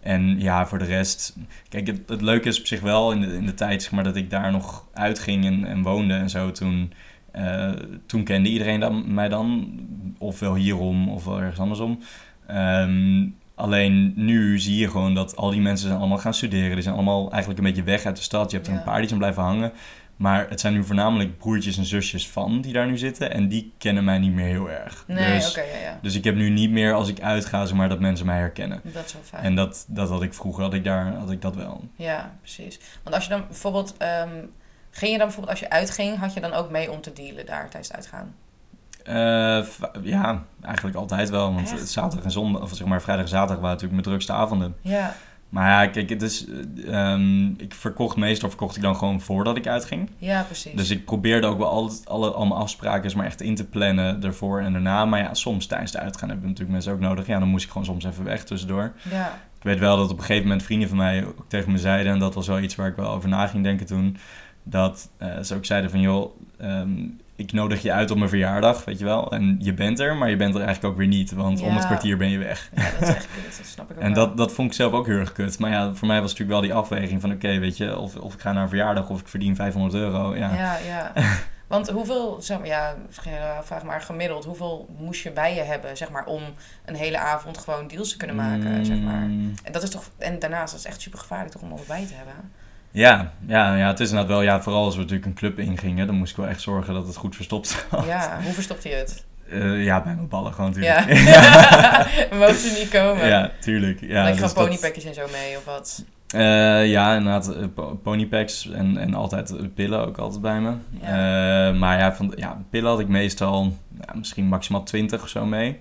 En ja, voor de rest... Kijk, het, het leuke is op zich wel in de, in de tijd zeg maar, dat ik daar nog uitging en, en woonde en zo. Toen, uh, toen kende iedereen dan, mij dan. Ofwel hierom, ofwel ergens andersom. Um, alleen nu zie je gewoon dat al die mensen zijn allemaal gaan studeren. Die zijn allemaal eigenlijk een beetje weg uit de stad. Je hebt er ja. een paar die zijn blijven hangen. Maar het zijn nu voornamelijk broertjes en zusjes van die daar nu zitten. En die kennen mij niet meer heel erg. Nee, dus, okay, ja, ja. dus ik heb nu niet meer als ik uitga, zeg maar, dat mensen mij herkennen. Dat is wel fijn. En dat, dat had ik vroeger, had ik, daar, had ik dat wel. Ja, precies. Want als je dan bijvoorbeeld... Um, ging je dan bijvoorbeeld als je uitging, had je dan ook mee om te dealen daar tijdens het uitgaan? Uh, v- ja, eigenlijk altijd wel. Want Echt? zaterdag en zondag, of zeg maar vrijdag en zaterdag waren natuurlijk mijn drukste avonden. Ja. Maar ja, kijk, het is, um, ik verkocht meestal verkocht ik dan gewoon voordat ik uitging. Ja, precies. Dus ik probeerde ook wel altijd alle, allemaal afspraken maar echt in te plannen ervoor en daarna. Maar ja, soms tijdens de uitgaan hebben we natuurlijk mensen ook nodig. Ja, dan moest ik gewoon soms even weg tussendoor. Ja. Ik weet wel dat op een gegeven moment vrienden van mij ook tegen me zeiden, en dat was wel iets waar ik wel over na ging denken toen, dat uh, ze ook zeiden van joh, um, ik nodig je uit op mijn verjaardag, weet je wel. En je bent er, maar je bent er eigenlijk ook weer niet. Want ja. om het kwartier ben je weg. Ja, dat is echt kut. Dat snap ik ook En wel. dat, dat vond ik zelf ook heel erg kut. Maar ja, voor mij was natuurlijk wel die afweging van... Oké, okay, weet je, of, of ik ga naar een verjaardag of ik verdien vijfhonderd euro. Ja, ja. ja. Want hoeveel, zeg maar, ja, vraag maar gemiddeld... Hoeveel moest je bij je hebben, zeg maar... om een hele avond gewoon deals te kunnen maken, mm. zeg maar. En dat is toch... En daarnaast, dat is echt super gevaarlijk toch om alles bij te hebben. Ja, ja, ja, het is inderdaad wel... Ja, vooral als we natuurlijk een club ingingen... dan moest ik wel echt zorgen dat het goed verstopt zat. Ja, hoe verstopte je het? Uh, ja, bij mijn ballen gewoon natuurlijk. Ja, we mogen ze niet komen. Ja, tuurlijk. Ja, like dus gewoon ponypackjes en zo mee, of wat? Uh, ja, inderdaad, uh, ponypacks en, en altijd uh, pillen ook altijd bij me. Ja. Uh, maar ja, van, ja, pillen had ik meestal ja, misschien maximaal twintig of zo mee.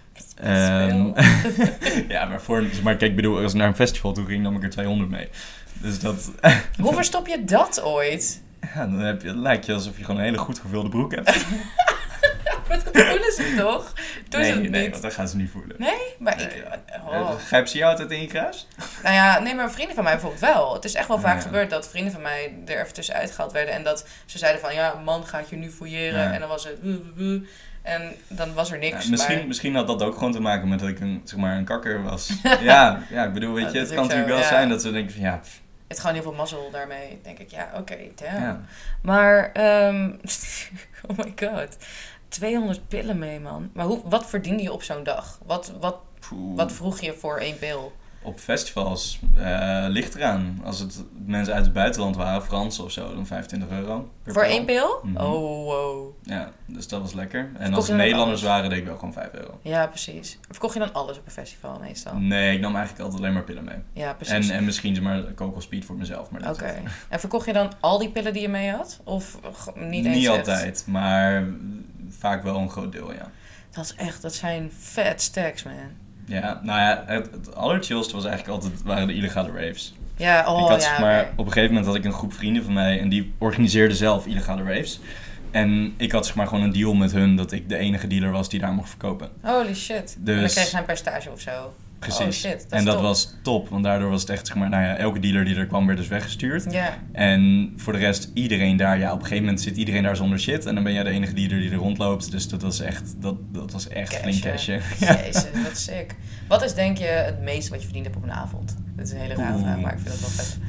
Um, ja, maar, voor, maar kijk, ik bedoel, als ik naar een festival toe ging, nam ik er tweehonderd mee. Dus dat... Hoe verstop je dat ooit? Ja, dan heb je, het lijkt je alsof je gewoon een hele goed gevulde broek hebt. Maar dat voelen ze toch? Doen nee, ze het nee, niet? want dat gaan ze niet voelen. Nee? Maar nee. ik... Oh. Grijp ze jou altijd in je kruis? Nou ja, nee, maar vrienden van mij bijvoorbeeld wel. Het is echt wel vaak ja. gebeurd dat vrienden van mij er even tussenuit gehaald werden. En dat ze zeiden van, ja, man gaat je nu fouilleren. Ja. En dan was het... Uh, uh, uh, en dan was er niks. Ja, misschien, maar... misschien had dat ook gewoon te maken met dat ik een, zeg maar, een kakker was. ja, ja, ik bedoel, weet je, ja, het kan natuurlijk wel ja. zijn dat ze denken van, ja... Pff. Het is gewoon heel veel mazzel daarmee. Denk ik, ja, oké, okay, damn. Ja. Maar, um, oh my god... tweehonderd pillen mee, man. Maar hoe, wat verdiende je op zo'n dag? Wat, wat, wat vroeg je voor één pil? Op festivals uh, ligt eraan. Als het mensen uit het buitenland waren, Fransen of zo, dan vijfentwintig euro. Voor één pil? Mm-hmm. Oh, wow. Ja, dus dat was lekker. En Verkocht als het Nederlanders waren, deed ik wel gewoon vijf euro. Ja, precies. Verkocht je dan alles op een festival meestal? Nee, ik nam eigenlijk altijd alleen maar pillen mee. Ja, precies. En, en misschien zeg maar Coco Speed voor mezelf. Oké. Okay. En verkocht je dan al die pillen die je mee had? Of niet eens Niet echt? altijd, maar vaak wel een groot deel, ja. Dat is echt, dat zijn vet stacks, man. Ja, nou ja, het, het allerchillste was eigenlijk altijd, waren de illegale raves. Ja, oh ik had, ja, zeg maar, okay. Op een gegeven moment had ik een groep vrienden van mij en die organiseerden zelf illegale raves. En ik had zeg maar gewoon een deal met hun dat ik de enige dealer was die daar mocht verkopen. Holy shit. Dus... En dan kreeg je een percentage of zo. Precies. Oh shit, dat en is dat top. was top, want daardoor was het echt, zeg maar, nou ja, elke dealer die er kwam werd dus weggestuurd. Ja. En voor de rest, iedereen daar, ja, op een gegeven moment zit iedereen daar zonder shit. En dan ben jij de enige dealer die er rondloopt. Dus dat was echt, dat, dat was echt flink cashje. Jezus, wat sick. Wat is denk je het meeste wat je verdiend hebt op een avond? Dat is een hele rare Oeh. vraag, maar ik vind het wel vet.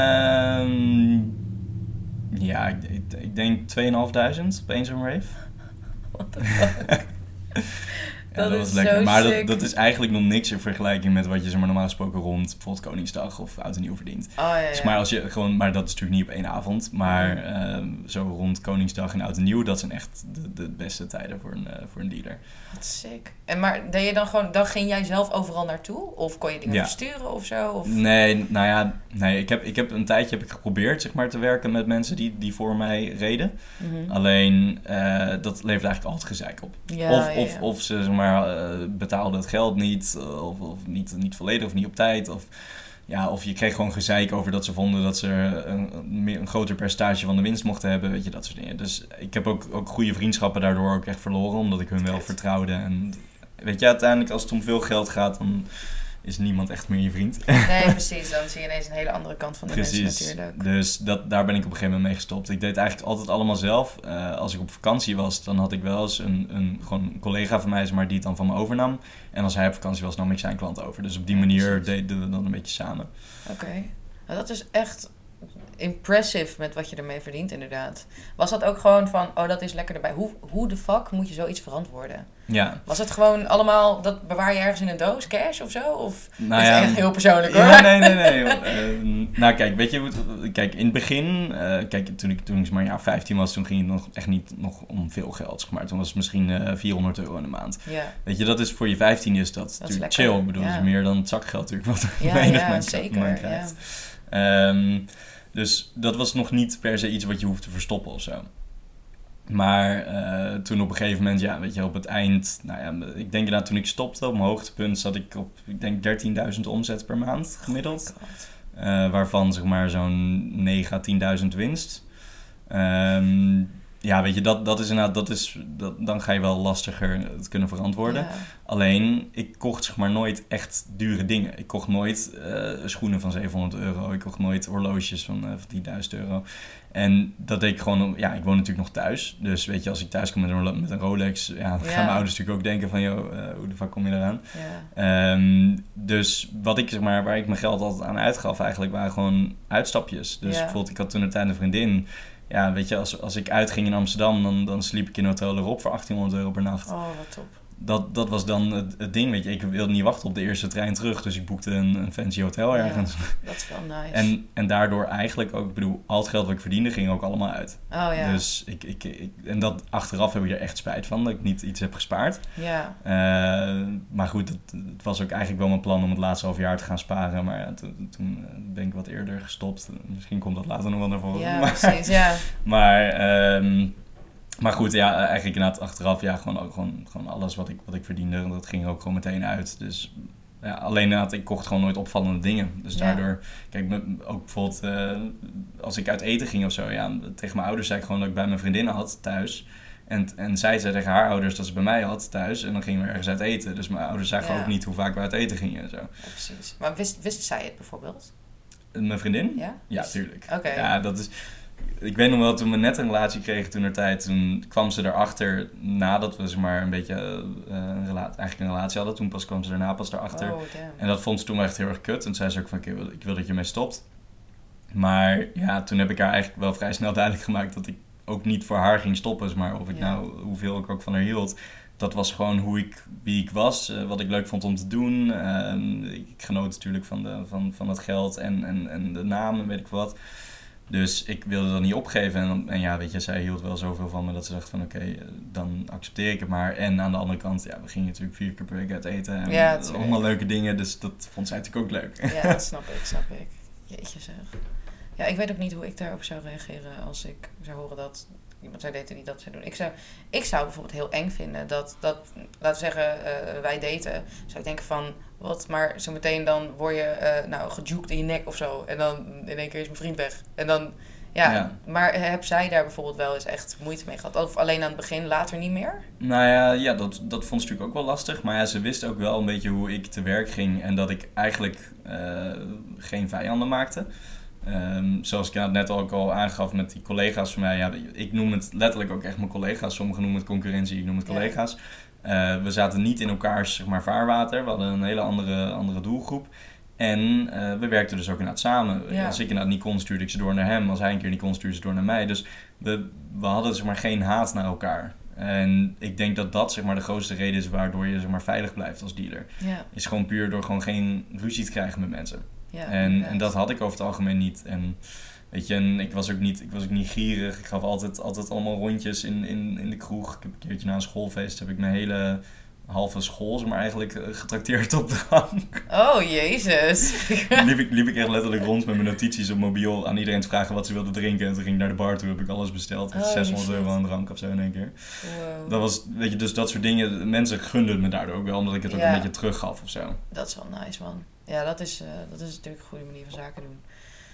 Um, ja, ik, ik, ik denk tweeënhalfduizend op één zo'n rave. What the fuck? Ja, dat, dat was lekker. Maar dat, dat is eigenlijk nog niks in vergelijking met wat je zeg maar, normaal gesproken rond bijvoorbeeld Koningsdag of Oud en Nieuw verdient. Oh, ja, ja. Dus maar, als je gewoon, maar dat is natuurlijk niet op één avond. Maar uh, zo rond Koningsdag en Oud en Nieuw, dat zijn echt de, de beste tijden voor een, uh, voor een dealer. Wat sick. En maar deed je dan gewoon, dan ging jij zelf overal naartoe? Of kon je dingen ja. versturen of zo? Of? Nee, nou ja, nee, ik heb, ik heb een tijdje heb ik geprobeerd zeg maar, te werken met mensen die, die voor mij reden. Mm-hmm. Alleen, uh, dat levert eigenlijk altijd gezeik op. Ja, of, ja, of, ja. of ze zeg maar, uh, betaalden het geld niet, of, of niet, niet volledig of niet op tijd. Of, ja, of je kreeg gewoon gezeik over dat ze vonden dat ze een, een, een groter percentage van de winst mochten hebben. Weet je, dat soort dingen. Dus ik heb ook, ook goede vriendschappen daardoor ook echt verloren, omdat ik hun wel vertrouwde. En weet je, uiteindelijk als het om veel geld gaat, dan... is niemand echt meer je vriend. Nee, precies. Dan zie je ineens een hele andere kant van de precies. mensen natuurlijk. Dus dat, daar ben ik op een gegeven moment mee gestopt. Ik deed eigenlijk altijd allemaal zelf. Uh, als ik op vakantie was, dan had ik wel eens een, een, gewoon een collega van mij, zeg maar, die het dan van me overnam. En als hij op vakantie was, nam ik zijn klant over. Dus op die ja, manier precies. deden we dan een beetje samen. Oké. Okay. Nou, dat is echt impressive met wat je ermee verdient, inderdaad. Was dat ook gewoon van, oh, dat is lekker erbij. Hoe, hoe de fuck moet je zoiets verantwoorden? Ja. Was het gewoon allemaal, dat bewaar je ergens in een doos, cash of zo? Of nou is ja, het echt heel persoonlijk, hoor? Ja, nee, nee, nee. uh, nou, kijk, weet je, kijk, in het begin, uh, kijk, toen ik, toen ik maar ja, vijftien was, toen ging het nog echt niet nog om veel geld, zeg maar. Toen was het misschien uh, vierhonderd euro in de maand. Ja. Weet je, dat is voor je vijftien is dat, dat natuurlijk chill. Ik bedoel, ja. Dat is meer dan het zakgeld natuurlijk, wat ja, weinig ja, mensen zeker, krijgt. Ja. Um, dus dat was nog niet per se iets wat je hoeft te verstoppen of zo. Maar uh, toen op een gegeven moment, ja, weet je, op het eind, nou ja, ik denk inderdaad toen ik stopte, op mijn hoogtepunt zat ik op, ik denk dertienduizend omzet per maand gemiddeld. Oh uh, waarvan zeg maar zo'n negen à tienduizend winst. Um, ja, weet je, dat, dat is inderdaad, dat is, dat, dan ga je wel lastiger het kunnen verantwoorden. Ja. Alleen, ik kocht zeg maar nooit echt dure dingen. Ik kocht nooit uh, schoenen van zevenhonderd euro. Ik kocht nooit horloges van, uh, van tienduizend euro. En dat deed ik gewoon, ja, ik woon natuurlijk nog thuis. Dus weet je, als ik thuis kom met een, met een Rolex, ja, dan gaan ja. mijn ouders natuurlijk ook denken van, joh, uh, hoe de fuck kom je eraan? Ja. Um, dus wat ik, zeg maar, waar ik mijn geld altijd aan uitgaf eigenlijk, waren gewoon uitstapjes. Dus ja. bijvoorbeeld, ik had toen een tijd een vriendin. Ja, weet je, als, als ik uitging in Amsterdam, dan, dan sliep ik in Hotel erop voor achttienhonderd euro per nacht. Oh, wat top. Dat, dat was dan het, het ding, weet je. Ik wilde niet wachten op de eerste trein terug, dus ik boekte een, een fancy hotel ergens. Ja, dat is wel nice. En, en daardoor eigenlijk ook, ik bedoel, al het geld wat ik verdiende, ging ook allemaal uit. Oh ja. Dus ik, ik, ik, en dat achteraf heb ik er echt spijt van, dat ik niet iets heb gespaard. Ja. Uh, maar goed, het, het was ook eigenlijk wel mijn plan om het laatste half jaar te gaan sparen. Maar ja, to, toen ben ik wat eerder gestopt. Misschien komt dat later nog wel naar voren. Ja, maar, precies, ja. Maar... Um, Maar goed, ja, eigenlijk inderdaad achteraf, ja, gewoon, ook gewoon, gewoon alles wat ik, wat ik verdiende, dat ging er ook gewoon meteen uit. Dus ja, alleen inderdaad, ik kocht gewoon nooit opvallende dingen. Dus ja. daardoor, kijk, me, ook bijvoorbeeld uh, als ik uit eten ging of zo, ja, tegen mijn ouders zei ik gewoon dat ik bij mijn vriendinnen had thuis. En, en zij zei tegen haar ouders dat ze bij mij had thuis en dan gingen we ergens uit eten. Dus mijn ouders zagen ja. ook niet hoe vaak we uit eten gingen en zo. Ja, precies. Maar wist, wist zij het bijvoorbeeld? Mijn vriendin? Ja? Ja, tuurlijk. Oké. Okay. Ja, dat is... Ik weet nog wel, toen we net een relatie kregen toen er tijd, toen kwam ze erachter, nadat we zeg maar een beetje uh, een relatie, eigenlijk een relatie hadden, toen pas kwam ze daarna pas erachter. Oh, damn. En dat vond ze toen echt heel erg kut. En zei ze ook van, ik wil, ik wil dat je mee stopt. Maar ja, toen heb ik haar eigenlijk wel vrij snel duidelijk gemaakt dat ik ook niet voor haar ging stoppen, maar of ik ja. nou, hoeveel ik ook van haar hield. Dat was gewoon hoe ik, wie ik was, uh, wat ik leuk vond om te doen. Uh, ik genoot natuurlijk van, de, van, van het geld en, en, en de naam en weet ik wat. Dus ik wilde dat niet opgeven. En, en ja, weet je, zij hield wel zoveel van me dat ze dacht van oké, okay, dan accepteer ik het maar. En aan de andere kant, ja, we gingen natuurlijk vier keer per week uit eten. En ja, allemaal leuke dingen, dus dat vond zij natuurlijk ook leuk. Ja, dat snap ik, snap ik. Jeetje zeg. Ja, ik weet ook niet hoe ik daarop zou reageren als ik zou horen dat iemand zou daten die dat zou doen. Ik zou, ik zou bijvoorbeeld heel eng vinden dat, dat laten we zeggen, uh, wij daten. Zou ik denken van, wat, maar zo meteen dan word je uh, nou gejukt in je nek of zo. En dan in één keer is mijn vriend weg. En dan, ja, ja. Maar heb zij daar bijvoorbeeld wel eens echt moeite mee gehad? Of alleen aan het begin, later niet meer? Nou ja, ja dat, dat vond ze natuurlijk ook wel lastig. Maar ja, ze wist ook wel een beetje hoe ik te werk ging. En dat ik eigenlijk uh, geen vijanden maakte. Um, zoals ik net ook al aangaf met die collega's van mij. Ja, ik noem het letterlijk ook echt mijn collega's. Sommigen noemen het concurrentie, ik noem het collega's. Ja. Uh, we zaten niet in elkaars zeg maar, vaarwater. We hadden een hele andere, andere doelgroep. En uh, we werkten dus ook inderdaad samen. Ja. Als ik inderdaad niet kon, stuurde ik ze door naar hem. Als hij een keer niet kon, stuurde ze door naar mij. Dus we, we hadden zeg maar, geen haat naar elkaar. En ik denk dat dat zeg maar, de grootste reden is waardoor je zeg maar, veilig blijft als dealer. Ja. Is gewoon puur door gewoon geen ruzie te krijgen met mensen. Ja, en, en dat had ik over het algemeen niet. En weet je, en ik was ook niet, ik was ook niet gierig. Ik gaf altijd, altijd allemaal rondjes in, in, in de kroeg. Ik heb een keertje na een schoolfeest heb ik mijn hele halve school, zeg maar eigenlijk getrakteerd op drank. Oh, jezus. liep, ik, liep ik echt letterlijk rond met mijn notities op mobiel aan iedereen te vragen wat ze wilden drinken. En toen ging ik naar de bar toe, heb ik alles besteld. Oh, zeshonderd euro aan drank of zo in één keer. Wow. Dat was, weet je, dus dat soort dingen. Mensen gunden me daardoor ook wel, omdat ik het ook ja. een beetje teruggaf of zo. Dat is wel nice, man. Ja, dat is, uh, dat is natuurlijk een goede manier van zaken doen.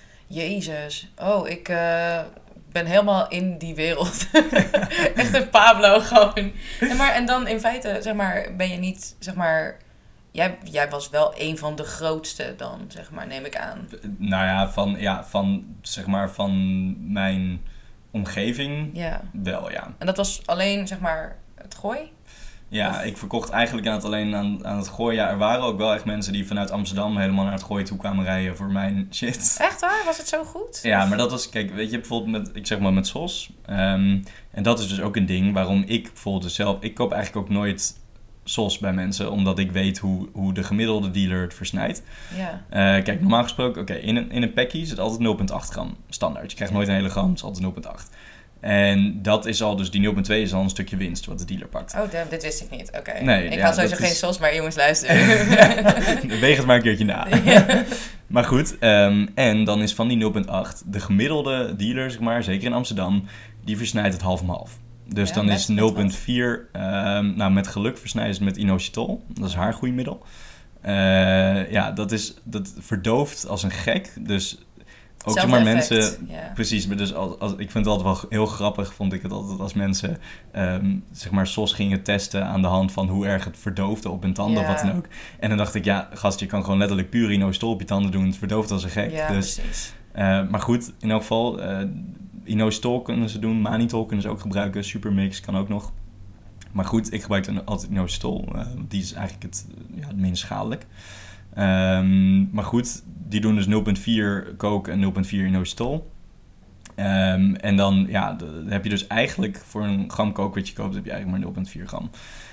Jezus. Oh, ik uh, ben helemaal in die wereld. Echt een Pablo gewoon. En, maar, en dan in feite, zeg maar, ben je niet, zeg maar... jij, jij was wel een van de grootste dan, zeg maar, neem ik aan. Nou ja, van, ja, van, zeg maar, van mijn omgeving Ja. wel, ja. En dat was alleen, zeg maar, het gooi? Ja, Of... ik verkocht eigenlijk aan het alleen aan, aan het gooien. Ja, er waren ook wel echt mensen die vanuit Amsterdam helemaal naar het gooien toe kwamen rijden voor mijn shit. Echt waar? Was het zo goed? Ja, maar dat was, kijk, weet je, bijvoorbeeld met, ik zeg maar met S O S. Um, en dat is dus ook een ding waarom ik bijvoorbeeld dus zelf, ik koop eigenlijk ook nooit S O S bij mensen, omdat ik weet hoe, hoe de gemiddelde dealer het versnijdt. Ja. Uh, kijk, normaal gesproken, oké, okay, in, een, in een packie zit altijd nul komma acht gram standaard. Je krijgt nooit een hele gram, het is altijd nul komma acht. En dat is al, dus die nul komma twee is al een stukje winst wat de dealer pakt. Oh, damn, dit wist ik niet. Oké. Okay. Nee, ik ja, had sowieso is... geen S O S, maar jongens, luisteren. Weeg het maar een keertje na. Ja. Maar goed, um, en dan is van die nul komma acht de gemiddelde dealer, zeg maar, zeker in Amsterdam, die versnijdt het half om half. Dus ja, dan is nul komma vier, um, nou met geluk versnijden ze het met inositol. Dat is haar groeimiddel. Uh, ja, dat, is, dat verdooft als een gek. Dus ook zeg maar mensen, yeah. Precies, maar dus als, als, ik vind het altijd wel heel grappig, vond ik het altijd als mensen um, zeg maar S O S gingen testen aan de hand van hoe erg het verdoofde op hun tanden yeah. of wat dan ook. En dan dacht ik, ja gast, je kan gewoon letterlijk puur inositol op je tanden doen, het verdooft als een gek. Ja, dus, precies. Uh, maar goed, in elk geval, uh, inositol kunnen ze doen, manitol kunnen ze ook gebruiken, supermix kan ook nog. Maar goed, ik gebruik dan altijd inositol, uh, die is eigenlijk het, ja, het minst schadelijk. Um, maar goed, die doen dus nul komma vier coke en nul komma vier inositol. Um, en dan, ja, dan heb je dus eigenlijk voor een gram coke wat je koopt, heb je eigenlijk maar nul komma vier gram.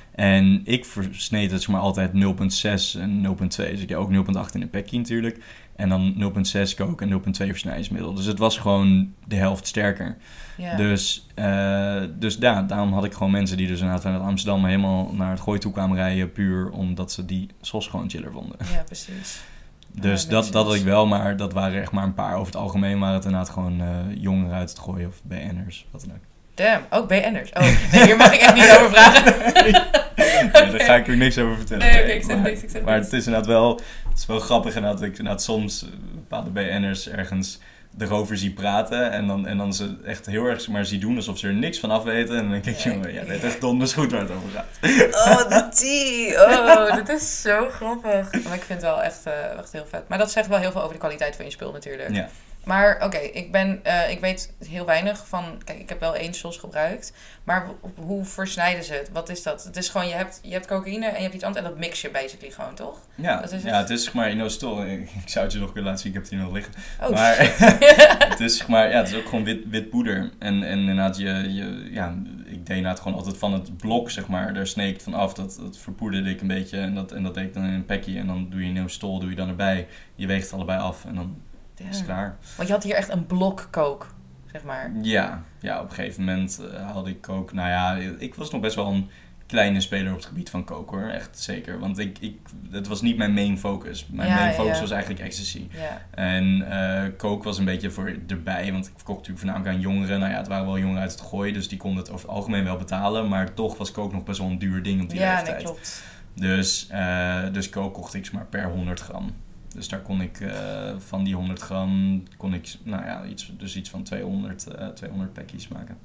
En ik versneed het zeg maar altijd nul komma zes en nul komma twee. Dus ik heb ook nul komma acht in een packie natuurlijk. En dan nul komma zes coke en nul komma twee versnijdingsmiddel. Dus het was gewoon de helft sterker. Ja. Dus, uh, dus ja, daarom had ik gewoon mensen die dus inderdaad vanuit Amsterdam helemaal naar het gooi toe kwamen rijden. Puur omdat ze die S O S gewoon chiller vonden. Ja, precies. Dus ja, dat, dat had ik wel, maar dat waren echt maar een paar. Over het algemeen waren het inderdaad gewoon uh, jongeren uit het gooien of B N'ers, wat dan ook. Damn, ook B N'ers. Oh, nee, hier mag ik echt niet over vragen. Nee, okay. Daar ga ik ook niks over vertellen. Nee, oké, okay, ik zeg niks, ik zeg Maar niks. het is inderdaad wel, het is wel grappig inderdaad, ik inderdaad soms bepaalde B N'ers ergens erover zie praten en dan, en dan ze echt heel erg maar zie doen alsof ze er niks van af weten. En dan denk ik, ja, jongen, jij weet echt donders goed waar het over gaat. Oh, de tea. Oh, dat is zo grappig. Maar ik vind het wel echt, uh, echt heel vet. Maar dat zegt wel heel veel over de kwaliteit van je spul natuurlijk. Ja. Maar oké, okay, ik ben, uh, ik weet heel weinig van, kijk, ik heb wel één S O S gebruikt, maar w- hoe versnijden ze het? Wat is dat? Het is gewoon, je hebt, je hebt cocaïne en je hebt iets anders en dat mix je basically gewoon, toch? Ja, dat is het? Ja, het is zeg maar inositol. Ik, ik zou het je nog kunnen laten zien, ik heb het hier nog liggen. Oh, maar het is zeg maar, ja, het is ook gewoon wit, wit poeder. En, en inderdaad, je, je, ja, ik deed inderdaad gewoon altijd van het blok, zeg maar, daar sneek ik van af. Dat, dat verpoederde ik een beetje en dat, en dat deed ik dan in een packie en dan doe je inositol, doe je dan erbij. Je weegt het allebei af en dan... Ja. is klaar. Want je had hier echt een blok coke, zeg maar. Ja, ja op een gegeven moment uh, haalde ik coke. Nou ja, ik was nog best wel een kleine speler op het gebied van coke hoor. Echt zeker. Want ik, ik, het was niet mijn main focus. Mijn ja, main focus ja. was eigenlijk ecstasy. Ja. En uh, coke was een beetje voor erbij. Want ik verkocht natuurlijk voornamelijk aan jongeren. Nou ja, het waren wel jongeren uit het gooi. Dus die konden het over het algemeen wel betalen. Maar toch was coke nog best wel een duur ding op die ja, leeftijd. Ja, nee, klopt. Dus, uh, dus coke kocht ik maar per honderd gram. Dus daar kon ik uh, van die honderd gram, kon ik, nou ja, iets, dus iets van tweehonderd, uh, tweehonderd pakjes maken.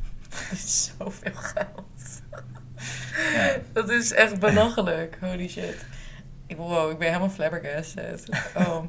Dat is zoveel geld. Ja. Dat is echt belachelijk. Holy shit. Ik, wow, ik ben helemaal flabbergasted. Oh.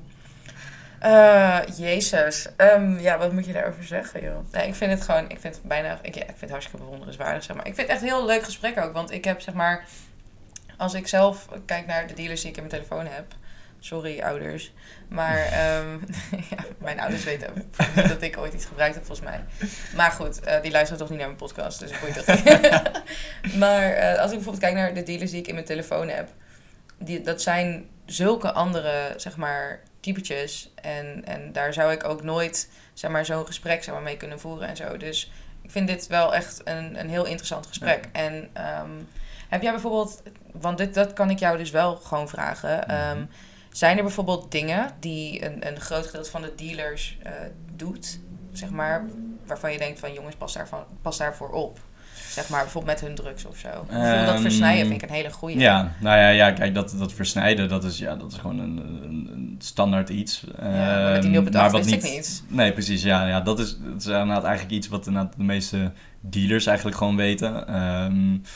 Uh, Jezus. Um, ja, wat moet je daarover zeggen, joh? Nee, ik vind het gewoon, ik vind het bijna, ik, ja, ik vind het hartstikke bewonderenswaardig, zeg maar. Ik vind het echt een heel leuk gesprek ook, want ik heb, zeg maar, als ik zelf kijk naar de dealers die ik in mijn telefoon heb, sorry, ouders. Maar um, ja, mijn ouders weten niet dat ik ooit iets gebruikt heb, volgens mij. Maar goed, uh, die luisteren toch niet naar mijn podcast, dus ik moet dat niet. Maar uh, als ik bijvoorbeeld kijk naar de dealers die ik in mijn telefoon heb, die, dat zijn zulke andere, zeg maar, typetjes. En, en daar zou ik ook nooit, zeg maar, zo'n gesprek zeg maar, mee kunnen voeren en zo. Dus ik vind dit wel echt een, een heel interessant gesprek. Ja. En um, heb jij bijvoorbeeld, want dit, dat kan ik jou dus wel gewoon vragen. Um, Zijn er bijvoorbeeld dingen die een, een groot gedeelte van de dealers uh, doet, zeg maar, waarvan je denkt van jongens, pas, daarvan, pas daarvoor op? Zeg maar, bijvoorbeeld met hun drugs of zo. Bijvoorbeeld um, dat versnijden vind ik een hele goeie. Ja, nou ja, ja kijk, dat, dat versnijden, dat is, ja, dat is gewoon een, een, een standaard iets. Ja, maar met die nul komma acht wist niet, ik niet. Nee, precies, ja, ja dat, is, dat is inderdaad eigenlijk iets wat inderdaad de meeste dealers eigenlijk gewoon weten. Um,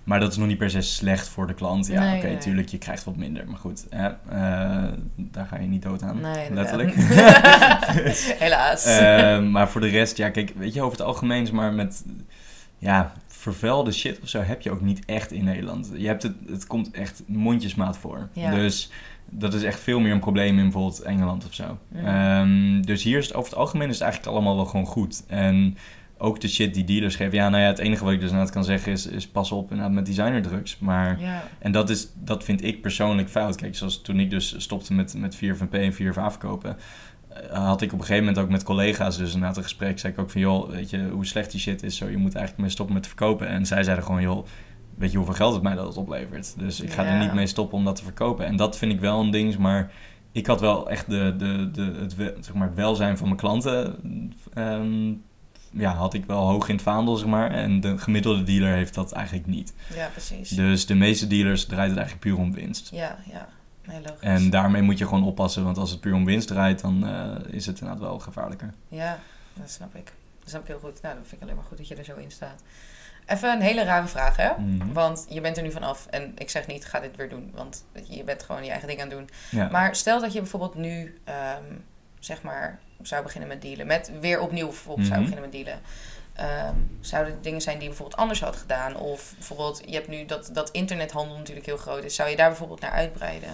Maar dat is nog niet per se slecht voor de klant. Ja, Nee, oké, okay, nee. tuurlijk, je krijgt wat minder. Maar goed, hè, uh, daar ga je niet dood aan. Nee, letterlijk. dus, helaas. Uh, maar voor de rest, ja, kijk, weet je, over het algemeen is maar met... Ja, vervuilde shit of zo heb je ook niet echt in Nederland. Je hebt het, het komt echt mondjesmaat voor. Ja. Dus dat is echt veel meer een probleem in bijvoorbeeld Engeland of zo. Mm. Um, dus hier is het over het algemeen is het eigenlijk allemaal wel gewoon goed. En ook de shit die dealers geven. Ja, nou ja, het enige wat ik dus inderdaad kan zeggen is, is pas op inderdaad met designerdrugs. Maar, ja. En dat, is, dat vind ik persoonlijk fout. Kijk, zoals toen ik dus stopte met, met vier F N P en vier F A verkopen... had ik op een gegeven moment ook met collega's dus na het gesprek zei ik ook van joh, weet je hoe slecht die shit is, zo je moet eigenlijk mee stoppen met verkopen. En zij zeiden gewoon joh, weet je hoeveel geld het mij dat het oplevert. Dus ik ga ja. er niet mee stoppen om dat te verkopen. En dat vind ik wel een ding, maar ik had wel echt de, de, de, het, zeg maar, het welzijn van mijn klanten um, ja, had ik wel hoog in het vaandel, zeg maar. En de gemiddelde dealer heeft dat eigenlijk niet. Ja, precies. Dus de meeste dealers draait het eigenlijk puur om winst. Ja, ja. Nee, logisch. En daarmee moet je gewoon oppassen, want als het puur om winst draait, dan uh, is het inderdaad wel gevaarlijker. Ja, dat snap ik. Dat snap ik heel goed. Nou, dat vind ik alleen maar goed dat je er zo in staat. Even een hele rare vraag, hè? Mm-hmm. Want je bent er nu vanaf en ik zeg niet, ga dit weer doen. Want je bent gewoon je eigen ding aan het doen. Ja. Maar stel dat je bijvoorbeeld nu, um, zeg maar, zou beginnen met dealen. Met weer opnieuw op mm-hmm. zou beginnen met dealen. Um, zouden het dingen zijn die je bijvoorbeeld anders had gedaan? Of bijvoorbeeld, je hebt nu dat, dat internethandel natuurlijk heel groot is. Zou je daar bijvoorbeeld naar uitbreiden?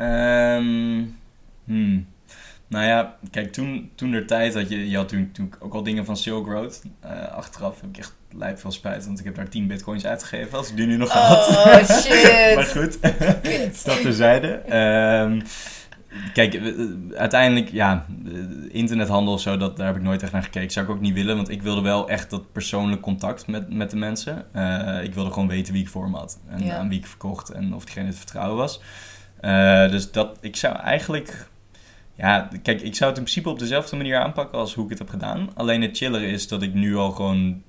Um, hmm. Nou ja, kijk, toen, toen der tijd had je, je had toen, toen ook al dingen van Silk Road. Uh, achteraf heb ik echt lijp veel spijt, want ik heb daar tien bitcoins uitgegeven als ik die nu nog had. Oh, shit. Maar goed, dat terzijde. Um, kijk, uiteindelijk, ja, internethandel of zo, dat, daar heb ik nooit echt naar gekeken. Zou ik ook niet willen, want ik wilde wel echt dat persoonlijk contact met, met de mensen. Uh, ik wilde gewoon weten wie ik voor me had en ja. aan wie ik verkocht en of diegene te vertrouwen was. Uh, dus dat, ik zou eigenlijk... Ja, kijk, ik zou het in principe op dezelfde manier aanpakken als hoe ik het heb gedaan. Alleen het chillere is dat ik nu al gewoon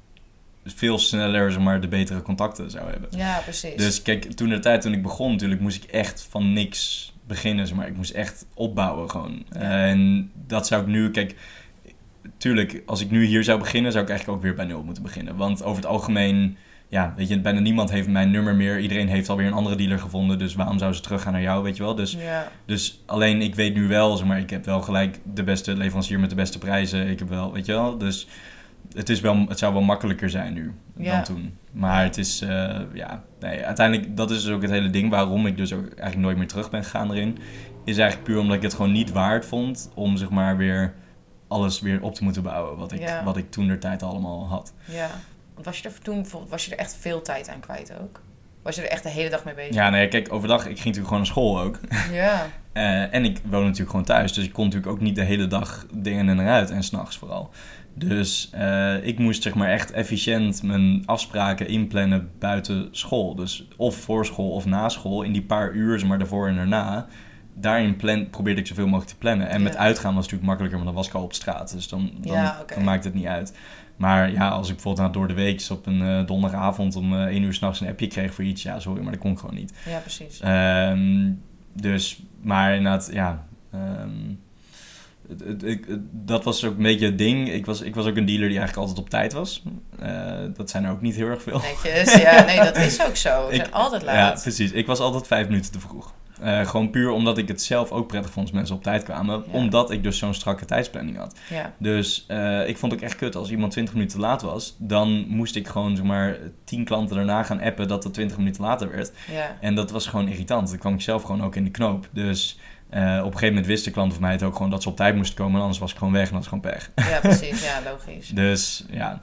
veel sneller, zeg maar, de betere contacten zou hebben. Ja, precies. Dus kijk, toen de tijd toen ik begon natuurlijk, moest ik echt van niks beginnen, zeg maar. Ik moest echt opbouwen gewoon. Ja. Uh, en dat zou ik nu, kijk... Tuurlijk, als ik nu hier zou beginnen, zou ik eigenlijk ook weer bij nul moeten beginnen. Want over het algemeen... Ja, weet je, bijna niemand heeft mijn nummer meer. Iedereen heeft alweer een andere dealer gevonden. Dus waarom zou ze teruggaan naar jou, weet je wel? Dus, ja. dus alleen, ik weet nu wel, zeg maar, ik heb wel gelijk de beste leverancier met de beste prijzen. Ik heb wel, weet je wel, dus het, is wel, het zou wel makkelijker zijn nu ja. dan toen. Maar het is, uh, ja, nee, uiteindelijk, dat is dus ook het hele ding waarom ik dus ook eigenlijk nooit meer terug ben gegaan erin. Is eigenlijk puur omdat ik het gewoon niet waard vond om, zeg maar, weer alles weer op te moeten bouwen. Wat ik, ja. wat ik toen der tijd allemaal had. Ja. Want was je er toen was je er echt veel tijd aan kwijt ook? Was je er echt de hele dag mee bezig? Ja, nee, kijk, overdag, ik ging natuurlijk gewoon naar school ook. Ja. uh, en ik woon natuurlijk gewoon thuis, dus ik kon natuurlijk ook niet de hele dag dingen en eruit en 's nachts vooral. Dus uh, ik moest zeg maar echt efficiënt mijn afspraken inplannen buiten school. Dus of voor school of na school, in die paar uur, zeg maar, daarvoor en daarna. Daarin plan, probeerde ik zoveel mogelijk te plannen. En ja. met uitgaan was het natuurlijk makkelijker, want dan was ik al op straat. Dus dan, dan, ja, okay. dan maakt het niet uit. Maar ja, als ik bijvoorbeeld door de week op een uh, donderdagavond om uh, één uur 's nachts een appje kreeg voor iets, ja, sorry, maar dat kon ik gewoon niet. Ja, precies. Um, dus, maar inderdaad, ja, um, het, het, het, het, dat was ook een beetje het ding. Ik was, ik was ook een dealer die eigenlijk altijd op tijd was. Uh, dat zijn er ook niet heel erg veel. Netjes, ja, nee, dat is ook zo. We ik, zijn altijd laat. Ja, precies. Ik was altijd vijf minuten te vroeg. Uh, gewoon puur omdat ik het zelf ook prettig vond als mensen op tijd kwamen. Ja. Omdat ik dus zo'n strakke tijdsplanning had. Ja. Dus uh, ik vond het ook echt kut als iemand twintig minuten te laat was. Dan moest ik gewoon, zeg maar, tien klanten daarna gaan appen dat het twintig minuten later werd. Ja. En dat was gewoon irritant. Dan kwam ik zelf gewoon ook in de knoop. Dus uh, op een gegeven moment wisten klanten van mij het ook gewoon dat ze op tijd moesten komen. Anders was ik gewoon weg en dat was gewoon pech. Ja, precies. Ja, logisch. Dus ja...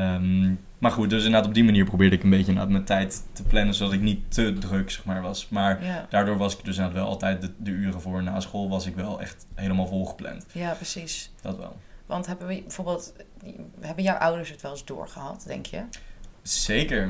Um, maar goed, dus inderdaad op die manier probeerde ik een beetje inderdaad mijn tijd te plannen, zodat ik niet te druk, zeg maar, was. Maar ja. daardoor was ik dus inderdaad wel altijd de, de uren voor na school was ik wel echt helemaal volgepland. Ja, precies. Dat wel. Want hebben we bijvoorbeeld, hebben jouw ouders het wel eens doorgehad, denk je? Zeker.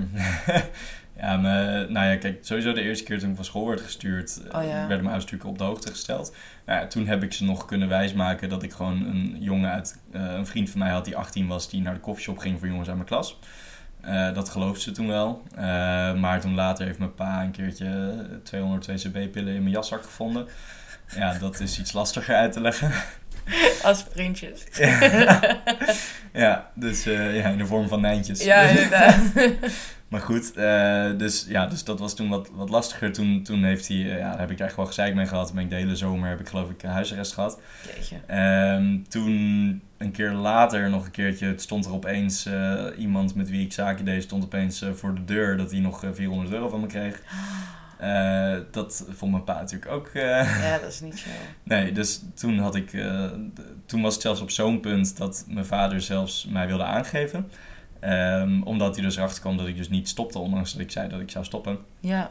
Ja, maar, nou ja, kijk, sowieso de eerste keer toen ik van school werd gestuurd, oh, ja. werden mijn ouders natuurlijk op de hoogte gesteld. Nou ja, toen heb ik ze nog kunnen wijsmaken dat ik gewoon een jongen uit, uh, een vriend van mij had die achttien was, die naar de koffieshop ging voor jongens uit mijn klas. Uh, dat geloofde ze toen wel. Uh, maar toen later heeft mijn pa een keertje tweehonderd twee C B-pillen in mijn jaszak gevonden. Ja, dat is iets lastiger uit te leggen. Als vriendjes. Ja, ja dus uh, ja, in de vorm van nijntjes. Ja, inderdaad. Maar goed, uh, dus, ja, dus dat was toen wat, wat lastiger. Toen, toen heeft hij, uh, ja, daar heb ik echt wel gezeik mee gehad. Ben ik de hele zomer heb ik geloof ik huisarrest gehad. Jeetje. Um, toen een keer later nog een keertje, het stond er opeens uh, iemand met wie ik zaken deed, stond opeens uh, voor de deur dat hij nog uh, vierhonderd euro van me kreeg. Uh, dat vond mijn pa natuurlijk ook. Uh, ja, dat is niet zo. Nee, dus toen had ik, uh, toen was het zelfs op zo'n punt dat mijn vader zelfs mij wilde aangeven. Um, omdat hij dus erachter kwam dat ik dus niet stopte, ondanks dat ik zei dat ik zou stoppen. Ja.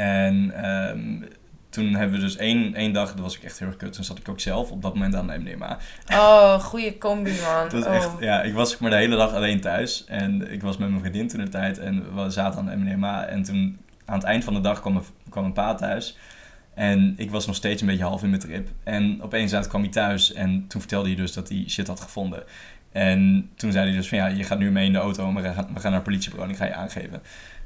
En um, toen hebben we dus één, één dag, dat was ik echt heel erg kut, toen zat ik ook zelf op dat moment aan de M D M A. Oh, goede combi, man. Dat was oh. echt, ja, ik was maar de hele dag alleen thuis en ik was met mijn vriendin toen de tijd en we zaten aan de M D M A. En toen aan het eind van de dag kwam mijn, kwam mijn pa thuis. En ik was nog steeds een beetje half in mijn trip. En opeens kwam hij thuis en toen vertelde hij dus dat hij shit had gevonden. En toen zei hij dus van ja, je gaat nu mee in de auto en we gaan, we gaan naar het politiebureau en ik ga je aangeven.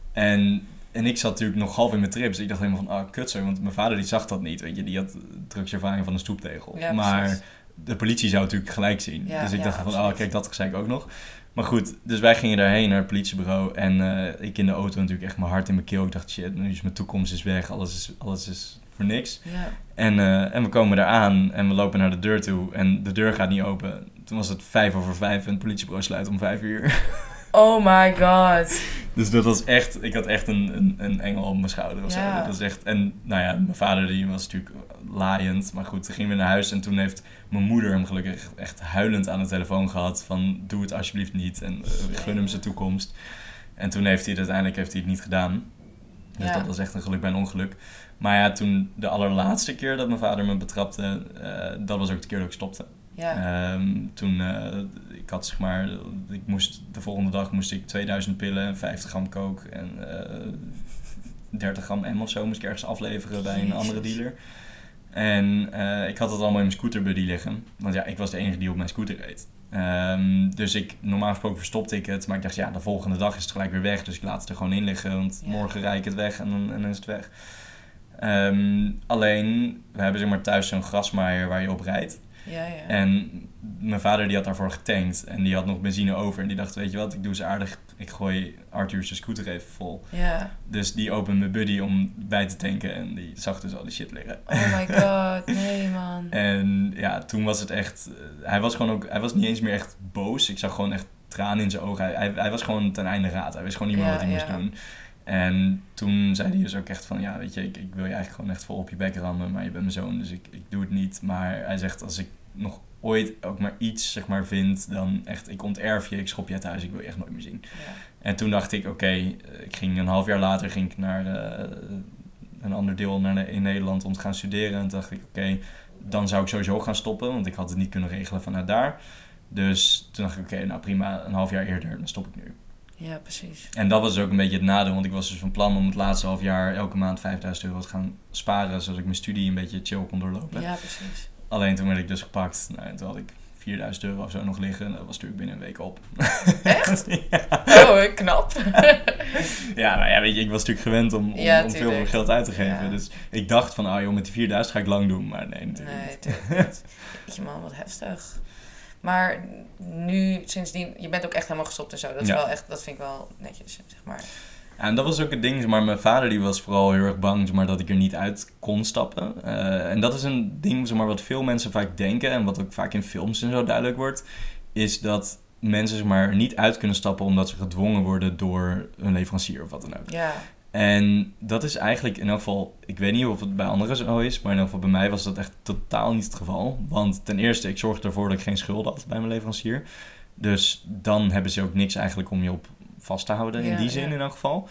En, en ik zat natuurlijk nog half in mijn trip, dus ik dacht helemaal van, ah, kut zo, want mijn vader die zag dat niet, weet je, die had drugservaring van een stoeptegel. Ja, maar de politie zou het natuurlijk gelijk zien. Ja, dus ik ja, dacht van, absoluut. oh, kijk, dat zei ik ook nog. Maar goed, dus wij gingen daarheen naar het politiebureau en uh, ik in de auto natuurlijk echt mijn hart in mijn keel. Ik dacht, shit, nu is mijn toekomst is weg, alles is, alles is voor niks. Ja. En, uh, en we komen daar aan en we lopen naar de deur toe en de deur gaat niet open. Toen was het vijf over vijf en het politiebureau sluit om vijf uur. Oh my god. Dus dat was echt, ik had echt een, een, een engel op mijn schouder of Ja. zo. Dat was echt, en nou ja, mijn vader die was natuurlijk laaiend. Maar goed, toen gingen we naar huis en toen heeft mijn moeder hem gelukkig echt huilend aan de telefoon gehad. Van doe het alsjeblieft niet en uh, gun hem zijn toekomst. En toen heeft hij het uiteindelijk heeft hij het niet gedaan. Dus Ja. dat was echt een geluk bij een ongeluk. Maar ja, toen de allerlaatste keer dat mijn vader me betrapte, uh, dat was ook de keer dat ik stopte. Ja. Um, toen, uh, ik had zeg maar, ik moest, de volgende dag moest ik tweeduizend pillen, vijftig gram coke en uh, dertig gram M of zo moest ik ergens afleveren bij een Jezus. andere dealer. En uh, ik had het allemaal in mijn scooterbuddy liggen, want ja, ik was de enige die op mijn scooter reed. Um, dus ik, normaal gesproken verstopte ik het, maar ik dacht ja, de volgende dag is het gelijk weer weg, dus ik laat het er gewoon in liggen, want Ja. morgen rijd ik het weg en dan, en dan is het weg. Um, alleen, we hebben zeg maar thuis zo'n grasmaaier waar je op rijdt. Ja, ja. En mijn vader die had daarvoor getankt en die had nog benzine over en die dacht, weet je wat, ik doe ze aardig, ik gooi Arthur zijn scooter even vol. Ja. Dus die opende mijn buddy om bij te tanken en die zag dus al die shit liggen. Oh my god, nee man. En ja, toen was het echt, hij was gewoon ook, hij was niet eens meer echt boos, ik zag gewoon echt tranen in zijn ogen. Hij, hij, hij was gewoon ten einde raad, hij wist gewoon niet meer Ja, wat hij moest ja. doen. En toen zei hij dus ook echt van, ja, weet je, ik, ik wil je eigenlijk gewoon echt vol op je bek rammen, maar je bent mijn zoon, dus ik, ik doe het niet. Maar hij zegt, als ik nog ooit ook maar iets, zeg maar, vind, dan echt, ik onterf je, ik schop je uit huis, ik wil je echt nooit meer zien. Ja. En toen dacht ik, oké, okay, ik ging een half jaar later ging ik naar uh, een ander deel naar, in Nederland om te gaan studeren. En toen dacht ik, oké, okay, dan zou ik sowieso gaan stoppen, want ik had het niet kunnen regelen vanuit daar. Dus toen dacht ik, oké, okay, nou prima, een half jaar eerder, dan stop ik nu. Ja, precies. En dat was ook een beetje het nadeel, want ik was dus van plan om het laatste half jaar elke maand vijfduizend euro te gaan sparen, zodat ik mijn studie een beetje chill kon doorlopen. Ja, precies. Alleen toen werd ik dus gepakt, nou, en toen had ik vierduizend euro of zo nog liggen en dat was natuurlijk binnen een week op. Echt? Ja. Oh, knap. Ja, nou ja, weet je, ik was natuurlijk gewend om, om, Ja, om veel tuurlijk. meer geld uit te geven. Ja. Dus ik dacht van, ah joh, met die vierduizend ga ik lang doen, maar nee, natuurlijk Nee, niet. natuurlijk niet. Jeetje man, wat heftig. Maar nu, sindsdien, je bent ook echt helemaal gestopt en zo. Dat is Ja. wel echt, dat vind ik wel netjes, zeg maar. Ja, en dat was ook het ding, zeg maar mijn vader die was vooral heel erg bang zeg maar, dat ik er niet uit kon stappen. Uh, en dat is een ding zeg maar, wat veel mensen vaak denken en wat ook vaak in films en zo duidelijk wordt, is dat mensen zeg maar, niet uit kunnen stappen omdat ze gedwongen worden door een leverancier of wat dan ook. Ja, En dat is eigenlijk in elk geval, ik weet niet of het bij anderen zo is, maar in elk geval bij mij was dat echt totaal niet het geval. Want ten eerste, ik zorgde ervoor dat ik geen schulden had bij mijn leverancier. Dus dan hebben ze ook niks eigenlijk om je op vast te houden, in Ja, die zin ja. in elk geval.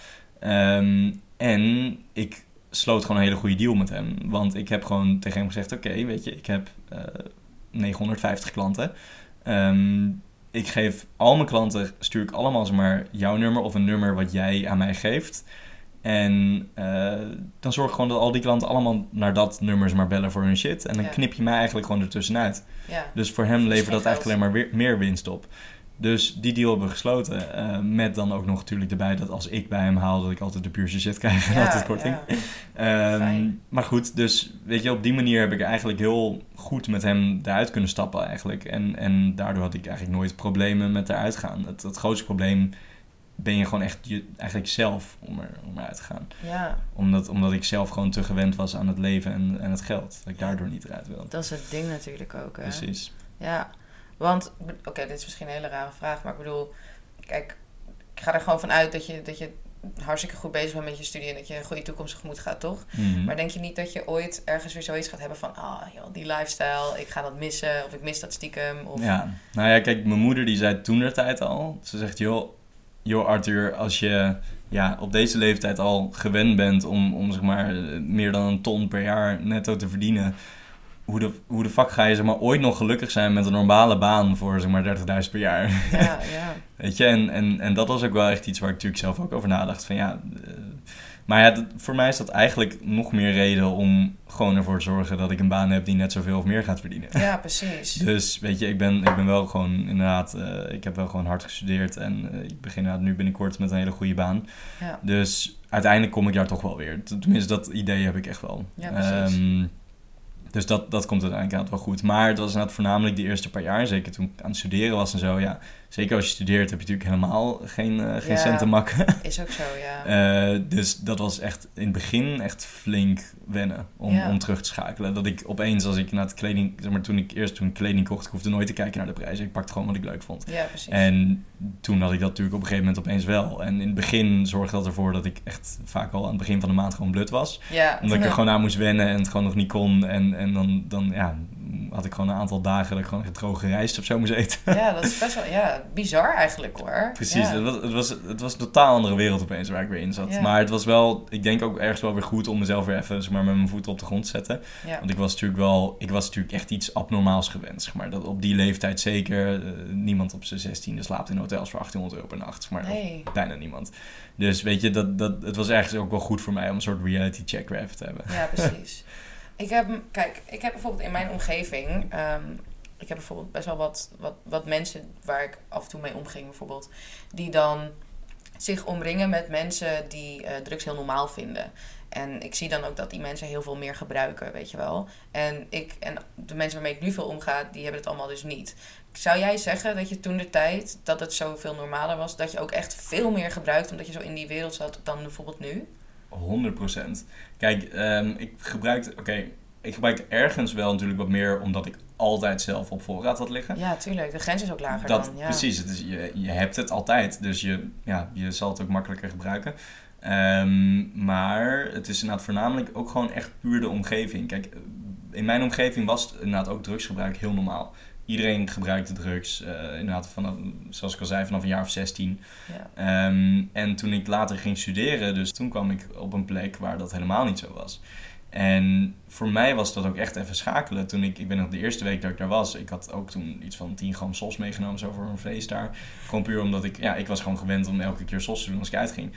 Um, en ik sloot gewoon een hele goede deal met hem. Want ik heb gewoon tegen hem gezegd, oké, okay, weet je, ik heb uh, negenhonderdvijftig klanten. Um, ik geef al mijn klanten, stuur ik allemaal zeg maar jouw nummer of een nummer wat jij aan mij geeft. En uh, dan zorg ik gewoon dat al die klanten allemaal naar dat nummer maar bellen voor hun shit. En dan Ja. knip je mij eigenlijk gewoon ertussenuit. ja. Dus voor hem is levert geen dat eigenlijk geld. alleen maar weer, meer winst op. Dus die deal hebben we gesloten. Uh, met dan ook nog natuurlijk erbij dat als ik bij hem haal, dat ik altijd de puurste shit krijg en Ja, altijd korting. ja. Um, Fijn. maar goed, dus weet je, op die manier heb ik eigenlijk heel goed met hem eruit kunnen stappen eigenlijk. En, en daardoor had ik eigenlijk nooit problemen met eruit gaan. Het, het grootste probleem ben je gewoon echt je, eigenlijk zelf om, er, om eruit te gaan. Ja. Omdat, omdat ik zelf gewoon te gewend was aan het leven en, en het geld. Dat ik daardoor niet eruit wil. Dat is het ding natuurlijk ook, hè? Precies. Ja, want, oké, okay, dit is misschien een hele rare vraag, maar ik bedoel, kijk, ik ga er gewoon van uit dat je, dat je hartstikke goed bezig bent met je studie en dat je een goede toekomst tegemoet gaat, toch? Mm-hmm. Maar denk je niet dat je ooit ergens weer zoiets gaat hebben van, ah, oh, joh, die lifestyle, ik ga dat missen, of ik mis dat stiekem, of... Ja, nou ja, kijk, mijn moeder die zei toentertijd al, ze zegt, joh, joh Arthur, als je ja, op deze leeftijd al gewend bent om, om zeg maar meer dan een ton per jaar netto te verdienen, hoe de, hoe de fuck ga je zeg maar ooit nog gelukkig zijn met een normale baan voor zeg maar dertigduizend per jaar? Ja, ja. Weet je, en, en, en dat was ook wel echt iets waar ik natuurlijk zelf ook over nadacht. Van ja, uh, maar ja, dat, voor mij is dat eigenlijk nog meer reden om gewoon ervoor te zorgen dat ik een baan heb die net zoveel of meer gaat verdienen. Ja, precies. Dus weet je, ik ben, ik ben wel gewoon inderdaad, uh, ik heb wel gewoon hard gestudeerd en uh, ik begin inderdaad nu binnenkort met een hele goede baan. Ja. Dus uiteindelijk kom ik daar toch wel weer. Tenminste, dat idee heb ik echt wel. Ja, precies. Um, Dus dat, dat komt uiteindelijk altijd wel goed. Maar het was inderdaad voornamelijk de eerste paar jaar. Zeker toen ik aan het studeren was en zo. Ja, zeker als je studeert heb je natuurlijk helemaal geen, uh, geen ja, cent te makken. Is ook zo, ja. Uh, dus dat was echt in het begin echt flink wennen om, ja. om terug te schakelen. Dat ik opeens als ik naar het kleding... Zeg maar, toen ik eerst toen ik kleding kocht, ik hoefde nooit te kijken naar de prijzen. Ik pakte gewoon wat ik leuk vond. Ja, precies. En toen had ik dat natuurlijk op een gegeven moment opeens wel. En in het begin zorgde dat ervoor dat ik echt vaak al aan het begin van de maand gewoon blut was. Ja. Omdat ik er gewoon aan moest wennen en het gewoon nog niet kon. En, en dan, dan ja, had ik gewoon een aantal dagen dat ik gewoon echt droge rijst of zo moest eten. Ja, dat is best wel ja, bizar eigenlijk hoor. Precies, ja. het, was, het, was, het was een totaal andere wereld opeens waar ik weer in zat. Ja. Maar het was wel, ik denk ook ergens wel weer goed om mezelf weer even zeg maar, met mijn voeten op de grond te zetten. Ja. Want ik was natuurlijk wel, ik was natuurlijk echt iets abnormaals gewend. Zeg maar. Dat op die leeftijd zeker, uh, niemand op zijn zestiende slaapt in hotels voor achttienhonderd euro per nacht. Zeg maar, nee. Bijna niemand. Dus weet je, dat, dat, het was ergens ook wel goed voor mij om een soort reality check weer even te hebben. Ja, precies. Ik heb, kijk, ik heb bijvoorbeeld in mijn omgeving, um, ik heb bijvoorbeeld best wel wat, wat, wat mensen waar ik af en toe mee omging bijvoorbeeld, die dan zich omringen met mensen die uh, drugs heel normaal vinden. En ik zie dan ook dat die mensen heel veel meer gebruiken, weet je wel. En ik en de mensen waarmee ik nu veel omga, die hebben het allemaal dus niet. Zou jij zeggen dat je toen de tijd, dat het zoveel normaler was, dat je ook echt veel meer gebruikt omdat je zo in die wereld zat dan bijvoorbeeld nu? honderd procent. Kijk, um, ik gebruikte... Oké, okay, ik gebruikte ergens wel natuurlijk wat meer omdat ik altijd zelf op voorraad had liggen. Ja, tuurlijk. De grens is ook lager dat, dan. Ja. Precies. Het is, je, je hebt het altijd. Dus je, ja, je zal het ook makkelijker gebruiken. Um, maar het is inderdaad voornamelijk ook gewoon echt puur de omgeving. Kijk, in mijn omgeving was het inderdaad ook drugsgebruik heel normaal. Iedereen gebruikte drugs, uh, inderdaad, vanaf, zoals ik al zei, vanaf een jaar of zestien. Ja. Um, en toen ik later ging studeren, dus toen kwam ik op een plek waar dat helemaal niet zo was. En voor mij was dat ook echt even schakelen. Toen ik, ik ben nog de eerste week dat ik daar was, ik had ook toen iets van tien gram sos meegenomen, zo voor een feest daar. Gewoon puur omdat ik, ja, ik was gewoon gewend om elke keer sos te doen als ik uitging.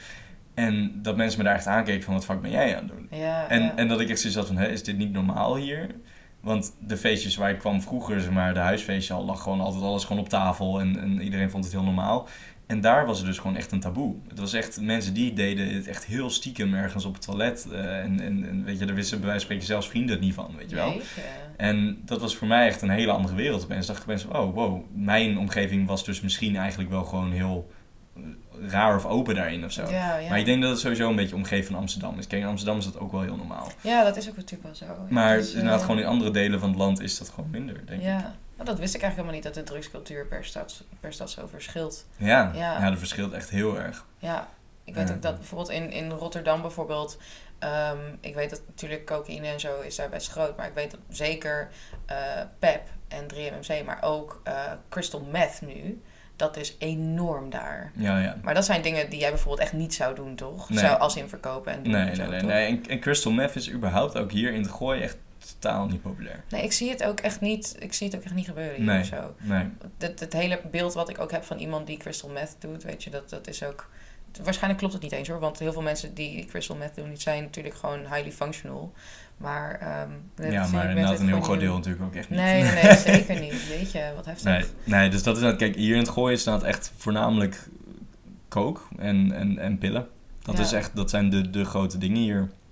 En dat mensen me daar echt aankeken van, wat fuck ben jij aan het doen? Ja, en, ja. en dat ik echt zoiets had van, hé, is dit niet normaal hier? Want de feestjes waar ik kwam vroeger, zeg maar, de huisfeestje al, lag gewoon altijd alles gewoon op tafel en, en iedereen vond het heel normaal. En daar was het dus gewoon echt een taboe. Het was echt, mensen die deden het echt heel stiekem ergens op het toilet. Uh, en, en, en weet je, daar wisten bij wijze van spreken zelfs vrienden het niet van, weet je wel. Jeetje. En dat was voor mij echt een hele andere wereld opeens. Dacht ik opeens, oh wow, mijn omgeving was dus misschien eigenlijk wel gewoon heel raar of open daarin of zo. Ja, ja. Maar ik denk dat het sowieso een beetje omgeven van Amsterdam is. Kijk, in Amsterdam is dat ook wel heel normaal. Ja, dat is ook natuurlijk wel zo. Ja, Maar dus, inderdaad, uh, gewoon in andere delen van het land is dat gewoon minder, denk ja. ik. Nou, dat wist ik eigenlijk helemaal niet, dat de drugscultuur per stad, per stad zo verschilt. Ja, Ja. ja, dat verschilt echt heel erg. Ja, ik weet Ja. ook dat bijvoorbeeld in, in Rotterdam bijvoorbeeld, um, ik weet dat natuurlijk cocaïne en zo is daar best groot, maar ik weet dat zeker uh, Pep en drie M M C, maar ook uh, crystal meth nu, dat is enorm daar. Ja, ja. Maar dat zijn dingen die jij bijvoorbeeld echt niet zou doen, toch? Nee. Zou als in verkopen en doen Nee, en zo, nee, nee. toch? nee. En, en crystal meth is überhaupt ook hier in het Gooi echt totaal niet populair. Nee, ik zie het ook echt niet, ik zie het ook echt niet gebeuren hier Nee. of zo. Nee. Het, het hele beeld wat ik ook heb van iemand die crystal meth doet, weet je, dat, dat is ook... Waarschijnlijk klopt het niet eens hoor, want heel veel mensen die crystal meth doen, die zijn natuurlijk gewoon highly functional. Maar, um, Ja, maar inderdaad een heel groot deel natuurlijk ook echt niet. Nee, nee, nee, zeker niet. Weet je, wat heftig. Nee, nee, dus dat is het. Kijk, hier in het Gooi staat echt voornamelijk coke en, en, en pillen. Dat, Ja. is echt, dat zijn de, de grote dingen hier.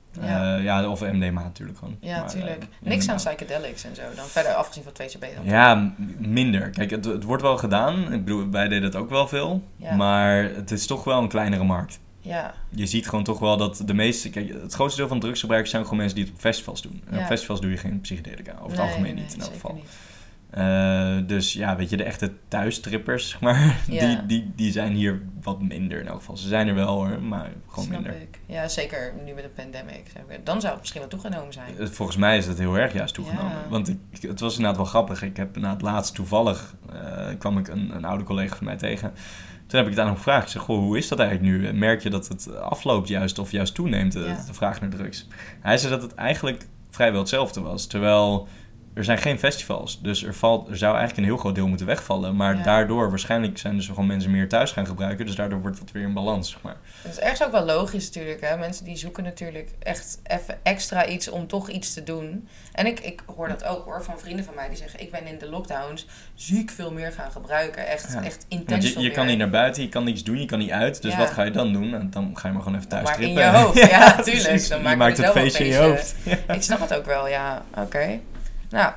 Ja. Uh, ja, of M D M A natuurlijk gewoon. Ja, maar, tuurlijk. Uh, Niks aan psychedelics en zo. Dan verder afgezien van twee C B dan. Ja, m- minder. Kijk, het, het wordt wel gedaan. Ik bedoel, wij deden het ook wel veel. Ja. Maar het is toch wel een kleinere markt. Ja. Je ziet gewoon toch wel dat de meeste... Kijk, het grootste deel van drugsgebruikers zijn gewoon mensen die het op festivals doen. En Ja. op festivals doe je geen psychedelica. Over het Nee, algemeen nee, niet, in nee, elk zeker geval. niet. Uh, dus ja, weet je, de echte thuistrippers, zeg maar, Ja. die, die, die zijn hier wat minder in elk geval. Ze zijn er wel hoor, maar gewoon Snap minder. Ik. Ja, zeker nu met de pandemic. Dan zou het misschien wel toegenomen zijn. Volgens mij is het heel erg juist toegenomen. Ja. Want ik, het was inderdaad wel grappig. Ik heb na het laatst toevallig, uh, kwam ik een, een oude collega van mij tegen. Toen heb ik het aan hem gevraagd. Ik zeg, goh, hoe is dat eigenlijk nu? Merk je dat het afloopt juist of juist toeneemt, de, Ja. de vraag naar drugs? Hij zei dat het eigenlijk vrijwel hetzelfde was. Terwijl... Er zijn geen festivals, dus er, valt, er zou eigenlijk een heel groot deel moeten wegvallen. Maar Ja. daardoor, waarschijnlijk zijn dus gewoon mensen meer thuis gaan gebruiken. Dus daardoor wordt het weer in balans, zeg maar. Het is ergens ook wel logisch natuurlijk. Hè? Mensen die zoeken natuurlijk echt even extra iets om toch iets te doen. En ik, ik hoor dat ook hoor van vrienden van mij die zeggen... ik ben in de lockdowns ziek veel meer gaan gebruiken. Echt, Ja. echt intens Want je, veel je meer. kan niet naar buiten, je kan niks doen, je kan niet uit. Dus Ja. wat ga je dan doen? En dan ga je maar gewoon even thuis Maar trippen. in je hoofd, ja, tuurlijk. precies. Dan je maak je maakt er het zelf een feestje in je feestje. hoofd. Ja. Ik snap het ook wel, ja. Oké. Okay. Nou,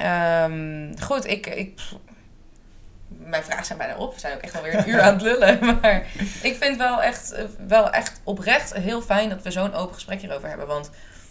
um, goed. Ik, ik, pff, mijn vragen zijn bijna op. We zijn ook echt alweer een uur aan het lullen. Maar ik vind wel echt, wel echt oprecht heel fijn dat we zo'n open gesprek hierover hebben. Want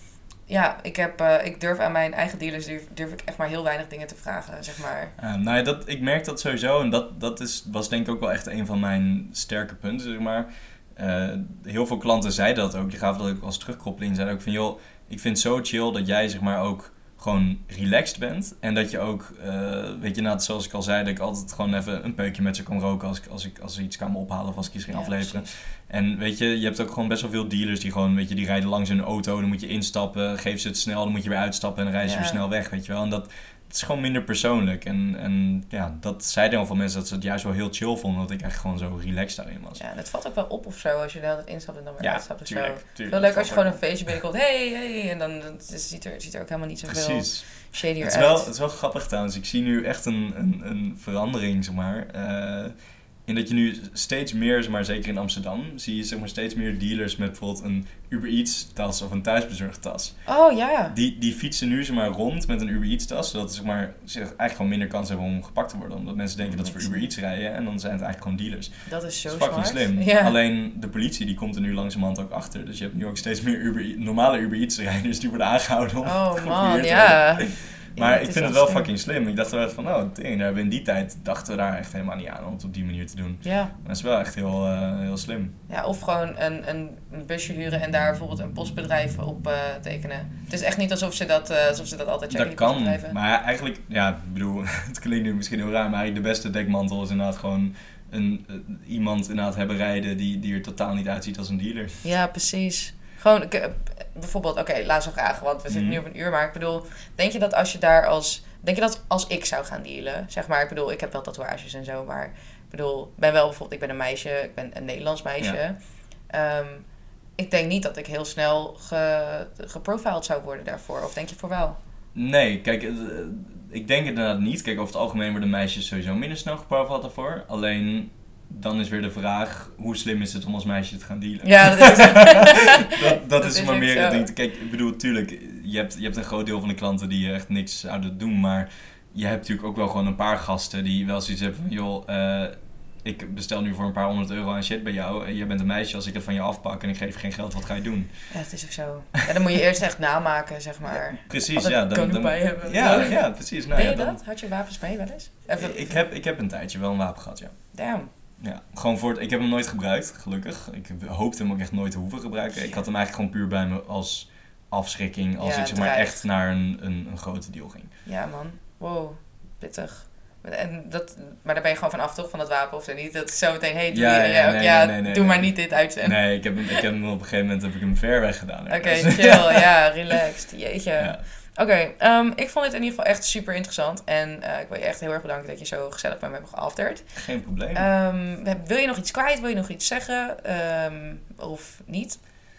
ja, ik, heb, uh, ik durf aan mijn eigen dealers durf, durf ik echt maar heel weinig dingen te vragen, zeg maar. Uh, nou ja, dat, ik merk dat sowieso. En dat, dat is, was denk ik ook wel echt een van mijn sterke punten, zeg maar. Uh, heel veel klanten zeiden dat ook. Die gaven dat ook als terugkoppeling. Zeiden ook van, joh, ik vind het zo chill dat jij zeg maar ook gewoon relaxed bent. En dat je ook, uh, weet je, nou, zoals ik al zei, dat ik altijd gewoon even een peukje met ze kon roken als ik, als ik als ik iets kan ophalen of als ik iets ging Ja, afleveren. precies. En weet je, je hebt ook gewoon best wel veel dealers die gewoon, weet je, die rijden langs in een auto, dan moet je instappen, geef ze het snel, dan moet je weer uitstappen en dan rijden ze Ja. weer snel weg, weet je wel. En dat, het is gewoon minder persoonlijk. En, en ja, dat zeiden heel veel mensen dat ze het juist wel heel chill vonden, dat ik echt gewoon zo relaxed daarin was. Ja, en het valt ook wel op of zo als je de hele tijd instapt en dan weer Ja, uitstapt of zo. tuurlijk, tuurlijk. Wel leuk als je Dat gewoon valt een feestje binnenkomt. Hey, hey. En dan het is, ziet, er, ziet er ook helemaal niet zoveel Precies. shadier Het is, uit. wel, het is wel grappig trouwens. Ik zie nu echt een, een, een verandering, zeg maar. Uh, in dat je nu steeds meer, zeg maar, zeker in Amsterdam, zie je zeg maar, steeds meer dealers met bijvoorbeeld een Uber Eats tas of een thuisbezorgtas. Oh ja. Die, die fietsen nu zeg maar, rond met een Uber Eats tas, zodat zeg maar, ze eigenlijk gewoon minder kans hebben om gepakt te worden. Omdat mensen denken dat ze voor Uber Eats rijden en dan zijn het eigenlijk gewoon dealers. Dat is zo Dat is fucking smart. slim. Ja. Alleen de politie die komt er nu langzamerhand ook achter. Dus je hebt nu ook steeds meer Uber, normale Uber Eats rijders die worden aangehouden om Oh geprobeerd man, te ja. worden. Ja, Maar het ik is vind het wel wel slim. fucking slim. Ik dacht wel echt van, oh, ding, daar hebben we in die tijd dachten we daar echt helemaal niet aan om het op die manier te doen. Ja. Maar het is wel echt heel, uh, heel slim. Ja, of gewoon een, een busje huren en daar bijvoorbeeld een postbedrijf op uh, tekenen. Het is echt niet alsof ze dat, uh, alsof ze dat altijd checken, Dat die kan, postbedrijven. maar ja, eigenlijk, ja, ik bedoel, het klinkt nu misschien heel raar, maar eigenlijk de beste dekmantel is inderdaad gewoon een, uh, iemand inderdaad hebben rijden die, die er totaal niet uitziet als een dealer. Ja, precies. Gewoon, ik, uh, bijvoorbeeld, oké, okay, laatste vraag, want we zitten Mm. nu op een uur, maar ik bedoel, denk je dat als je daar als, denk je dat als ik zou gaan dealen, zeg maar, ik bedoel, ik heb wel tatoeages en zo, maar ik bedoel, ben wel bijvoorbeeld, ik ben een meisje, ik ben een Nederlands meisje. Ja. Um, ik denk niet dat ik heel snel ge, geprofiled zou worden daarvoor, of denk je voor wel? Nee, kijk, uh, ik denk inderdaad niet. Kijk, over het algemeen worden meisjes sowieso minder snel geprofiled daarvoor. Alleen, dan is weer de vraag, hoe slim is het om als meisje te gaan dealen? Ja, dat is dat, dat, dat is is maar ook meer zo. het ding. Kijk, ik bedoel, tuurlijk, je hebt, je hebt een groot deel van de klanten die echt niks zouden doen, maar je hebt natuurlijk ook wel gewoon een paar gasten die wel zoiets hebben van, joh, uh, ik bestel nu voor een paar honderd euro aan shit bij jou en jij bent een meisje, als ik het van je afpak en ik geef geen geld, wat ga je doen? Ja, het is ook zo. Ja, dan moet je eerst echt namaken, zeg maar. Precies, Altijd ja. Dan, koning dan, bij hebben. Ja, ja, precies. Nou, Ben je ja, dan, dat? Had je wapens mee wel eens? Even, ik, heb, ik heb een tijdje wel een wapen gehad, ja. Damn. Ja, gewoon voor het, ik heb hem nooit gebruikt, gelukkig. Ik hoopte hem ook echt nooit te hoeven gebruiken. Ik had hem eigenlijk gewoon puur bij me als afschrikking, als Ja, ik zeg maar dreigt. echt naar een, een, een grote deal ging. Ja, man. Wow. Pittig. En dat, maar daar ben je gewoon van af, toch? Van dat wapen of zo niet? Dat is zo meteen, hey, doe, Ja, je, ja, ja, nee, ja, nee, nee, nee, doe maar nee. niet dit uitzenden. Nee, ik heb hem, ik heb hem op een gegeven moment heb ik hem ver weg gedaan. Oké, okay, chill. Ja, relaxed. Jeetje. Ja. Oké, okay, um, ik vond het in ieder geval echt super interessant. En uh, ik wil je echt heel erg bedanken dat je zo gezellig bij me hebt geafterd. Geen probleem. Um, wil je nog iets kwijt? Wil je nog iets zeggen? Um, of niet?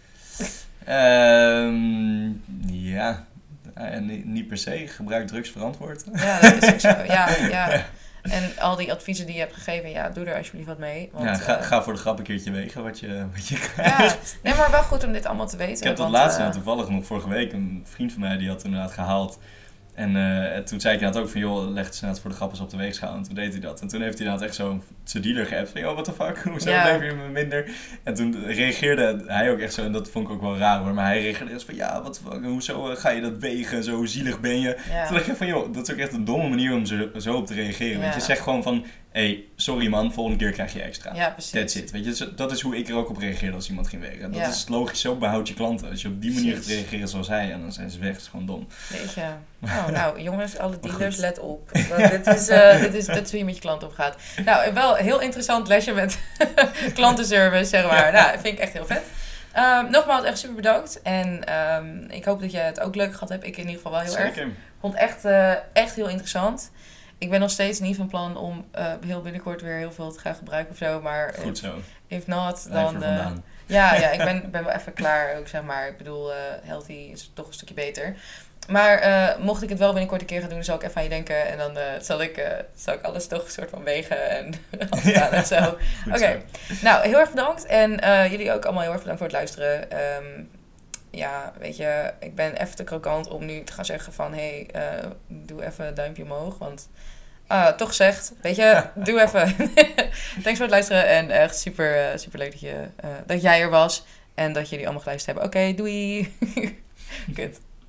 Um, ja, uh, niet, niet per se. Gebruik drugs verantwoord. Ja, dat is ook zo. Ja, ja. En al die adviezen die je hebt gegeven, ja, doe er alsjeblieft wat mee. Want, ja, ga, uh, ga voor de grap een keertje wegen wat je, wat je krijgt. Ja, nee, maar wel goed om dit allemaal te weten. Ik heb dat want, laatst uh, nou toevallig nog vorige week, een vriend van mij die had inderdaad gehaald. En uh, toen zei ik inderdaad ook van, joh, leg het inderdaad voor de grap eens op de weegschaal. En toen deed hij dat. En toen heeft hij inderdaad echt zo zijn dealer geappt van, joh, what the fuck, hoezo ja. leef je me minder? En toen reageerde hij ook echt zo, en dat vond ik ook wel raar hoor, maar hij reageerde echt van, ja, what the fuck, hoezo uh, ga je dat wegen, zo zielig ben je? Ja. Toen dacht ik van, joh, dat is ook echt een domme manier om zo, zo op te reageren. Ja. Want je zegt gewoon van, hé, hey, sorry man, volgende keer krijg je extra. Ja, precies. That's it. Weet je, dat is hoe ik er ook op reageerde als iemand ging wegen. Dat Ja. is logisch, zo behoud je klanten. Als je op die manier gaat Precies. reageren zoals hij, en dan zijn ze weg, dat is gewoon dom. Weet je. Oh, nou, jongens, alle dealers, goed. let op. Want dit, is, uh, dit, is, dit is hoe je met je klant omgaat. Nou, wel een heel interessant lesje met klantenservice, zeg maar. Nou, dat vind ik echt heel vet. Um, nogmaals, echt super bedankt. En um, ik hoop dat je het ook leuk gehad hebt. Ik in ieder geval wel heel Zeker. erg. Vond het echt, uh, echt heel interessant. Ik ben nog steeds niet van plan om uh, heel binnenkort weer heel veel te gaan gebruiken of zo. Maar Goed zo. if not, Blijf dan... er Uh, vandaan. ja, ja, ik ben, ben wel even klaar ook, zeg maar. Ik bedoel, uh, healthy is toch een stukje beter. Maar uh, mocht ik het wel binnenkort een keer gaan doen, dan zal ik even aan je denken. En dan uh, zal, ik, uh, zal ik alles toch een soort van wegen en afgaan en zo. Oké, okay. Nou, heel erg bedankt. En uh, jullie ook allemaal heel erg bedankt voor het luisteren. Um, ja, weet je, ik ben even te krokant om nu te gaan zeggen van... Hé, hey, uh, doe even een duimpje omhoog, want... Uh, toch gezegd, weet je, doe even. Thanks voor het luisteren en echt super, uh, super leuk dat, je, uh, dat jij er was. En dat jullie allemaal geluisterd hebben. Oké, okay, doei. Kut.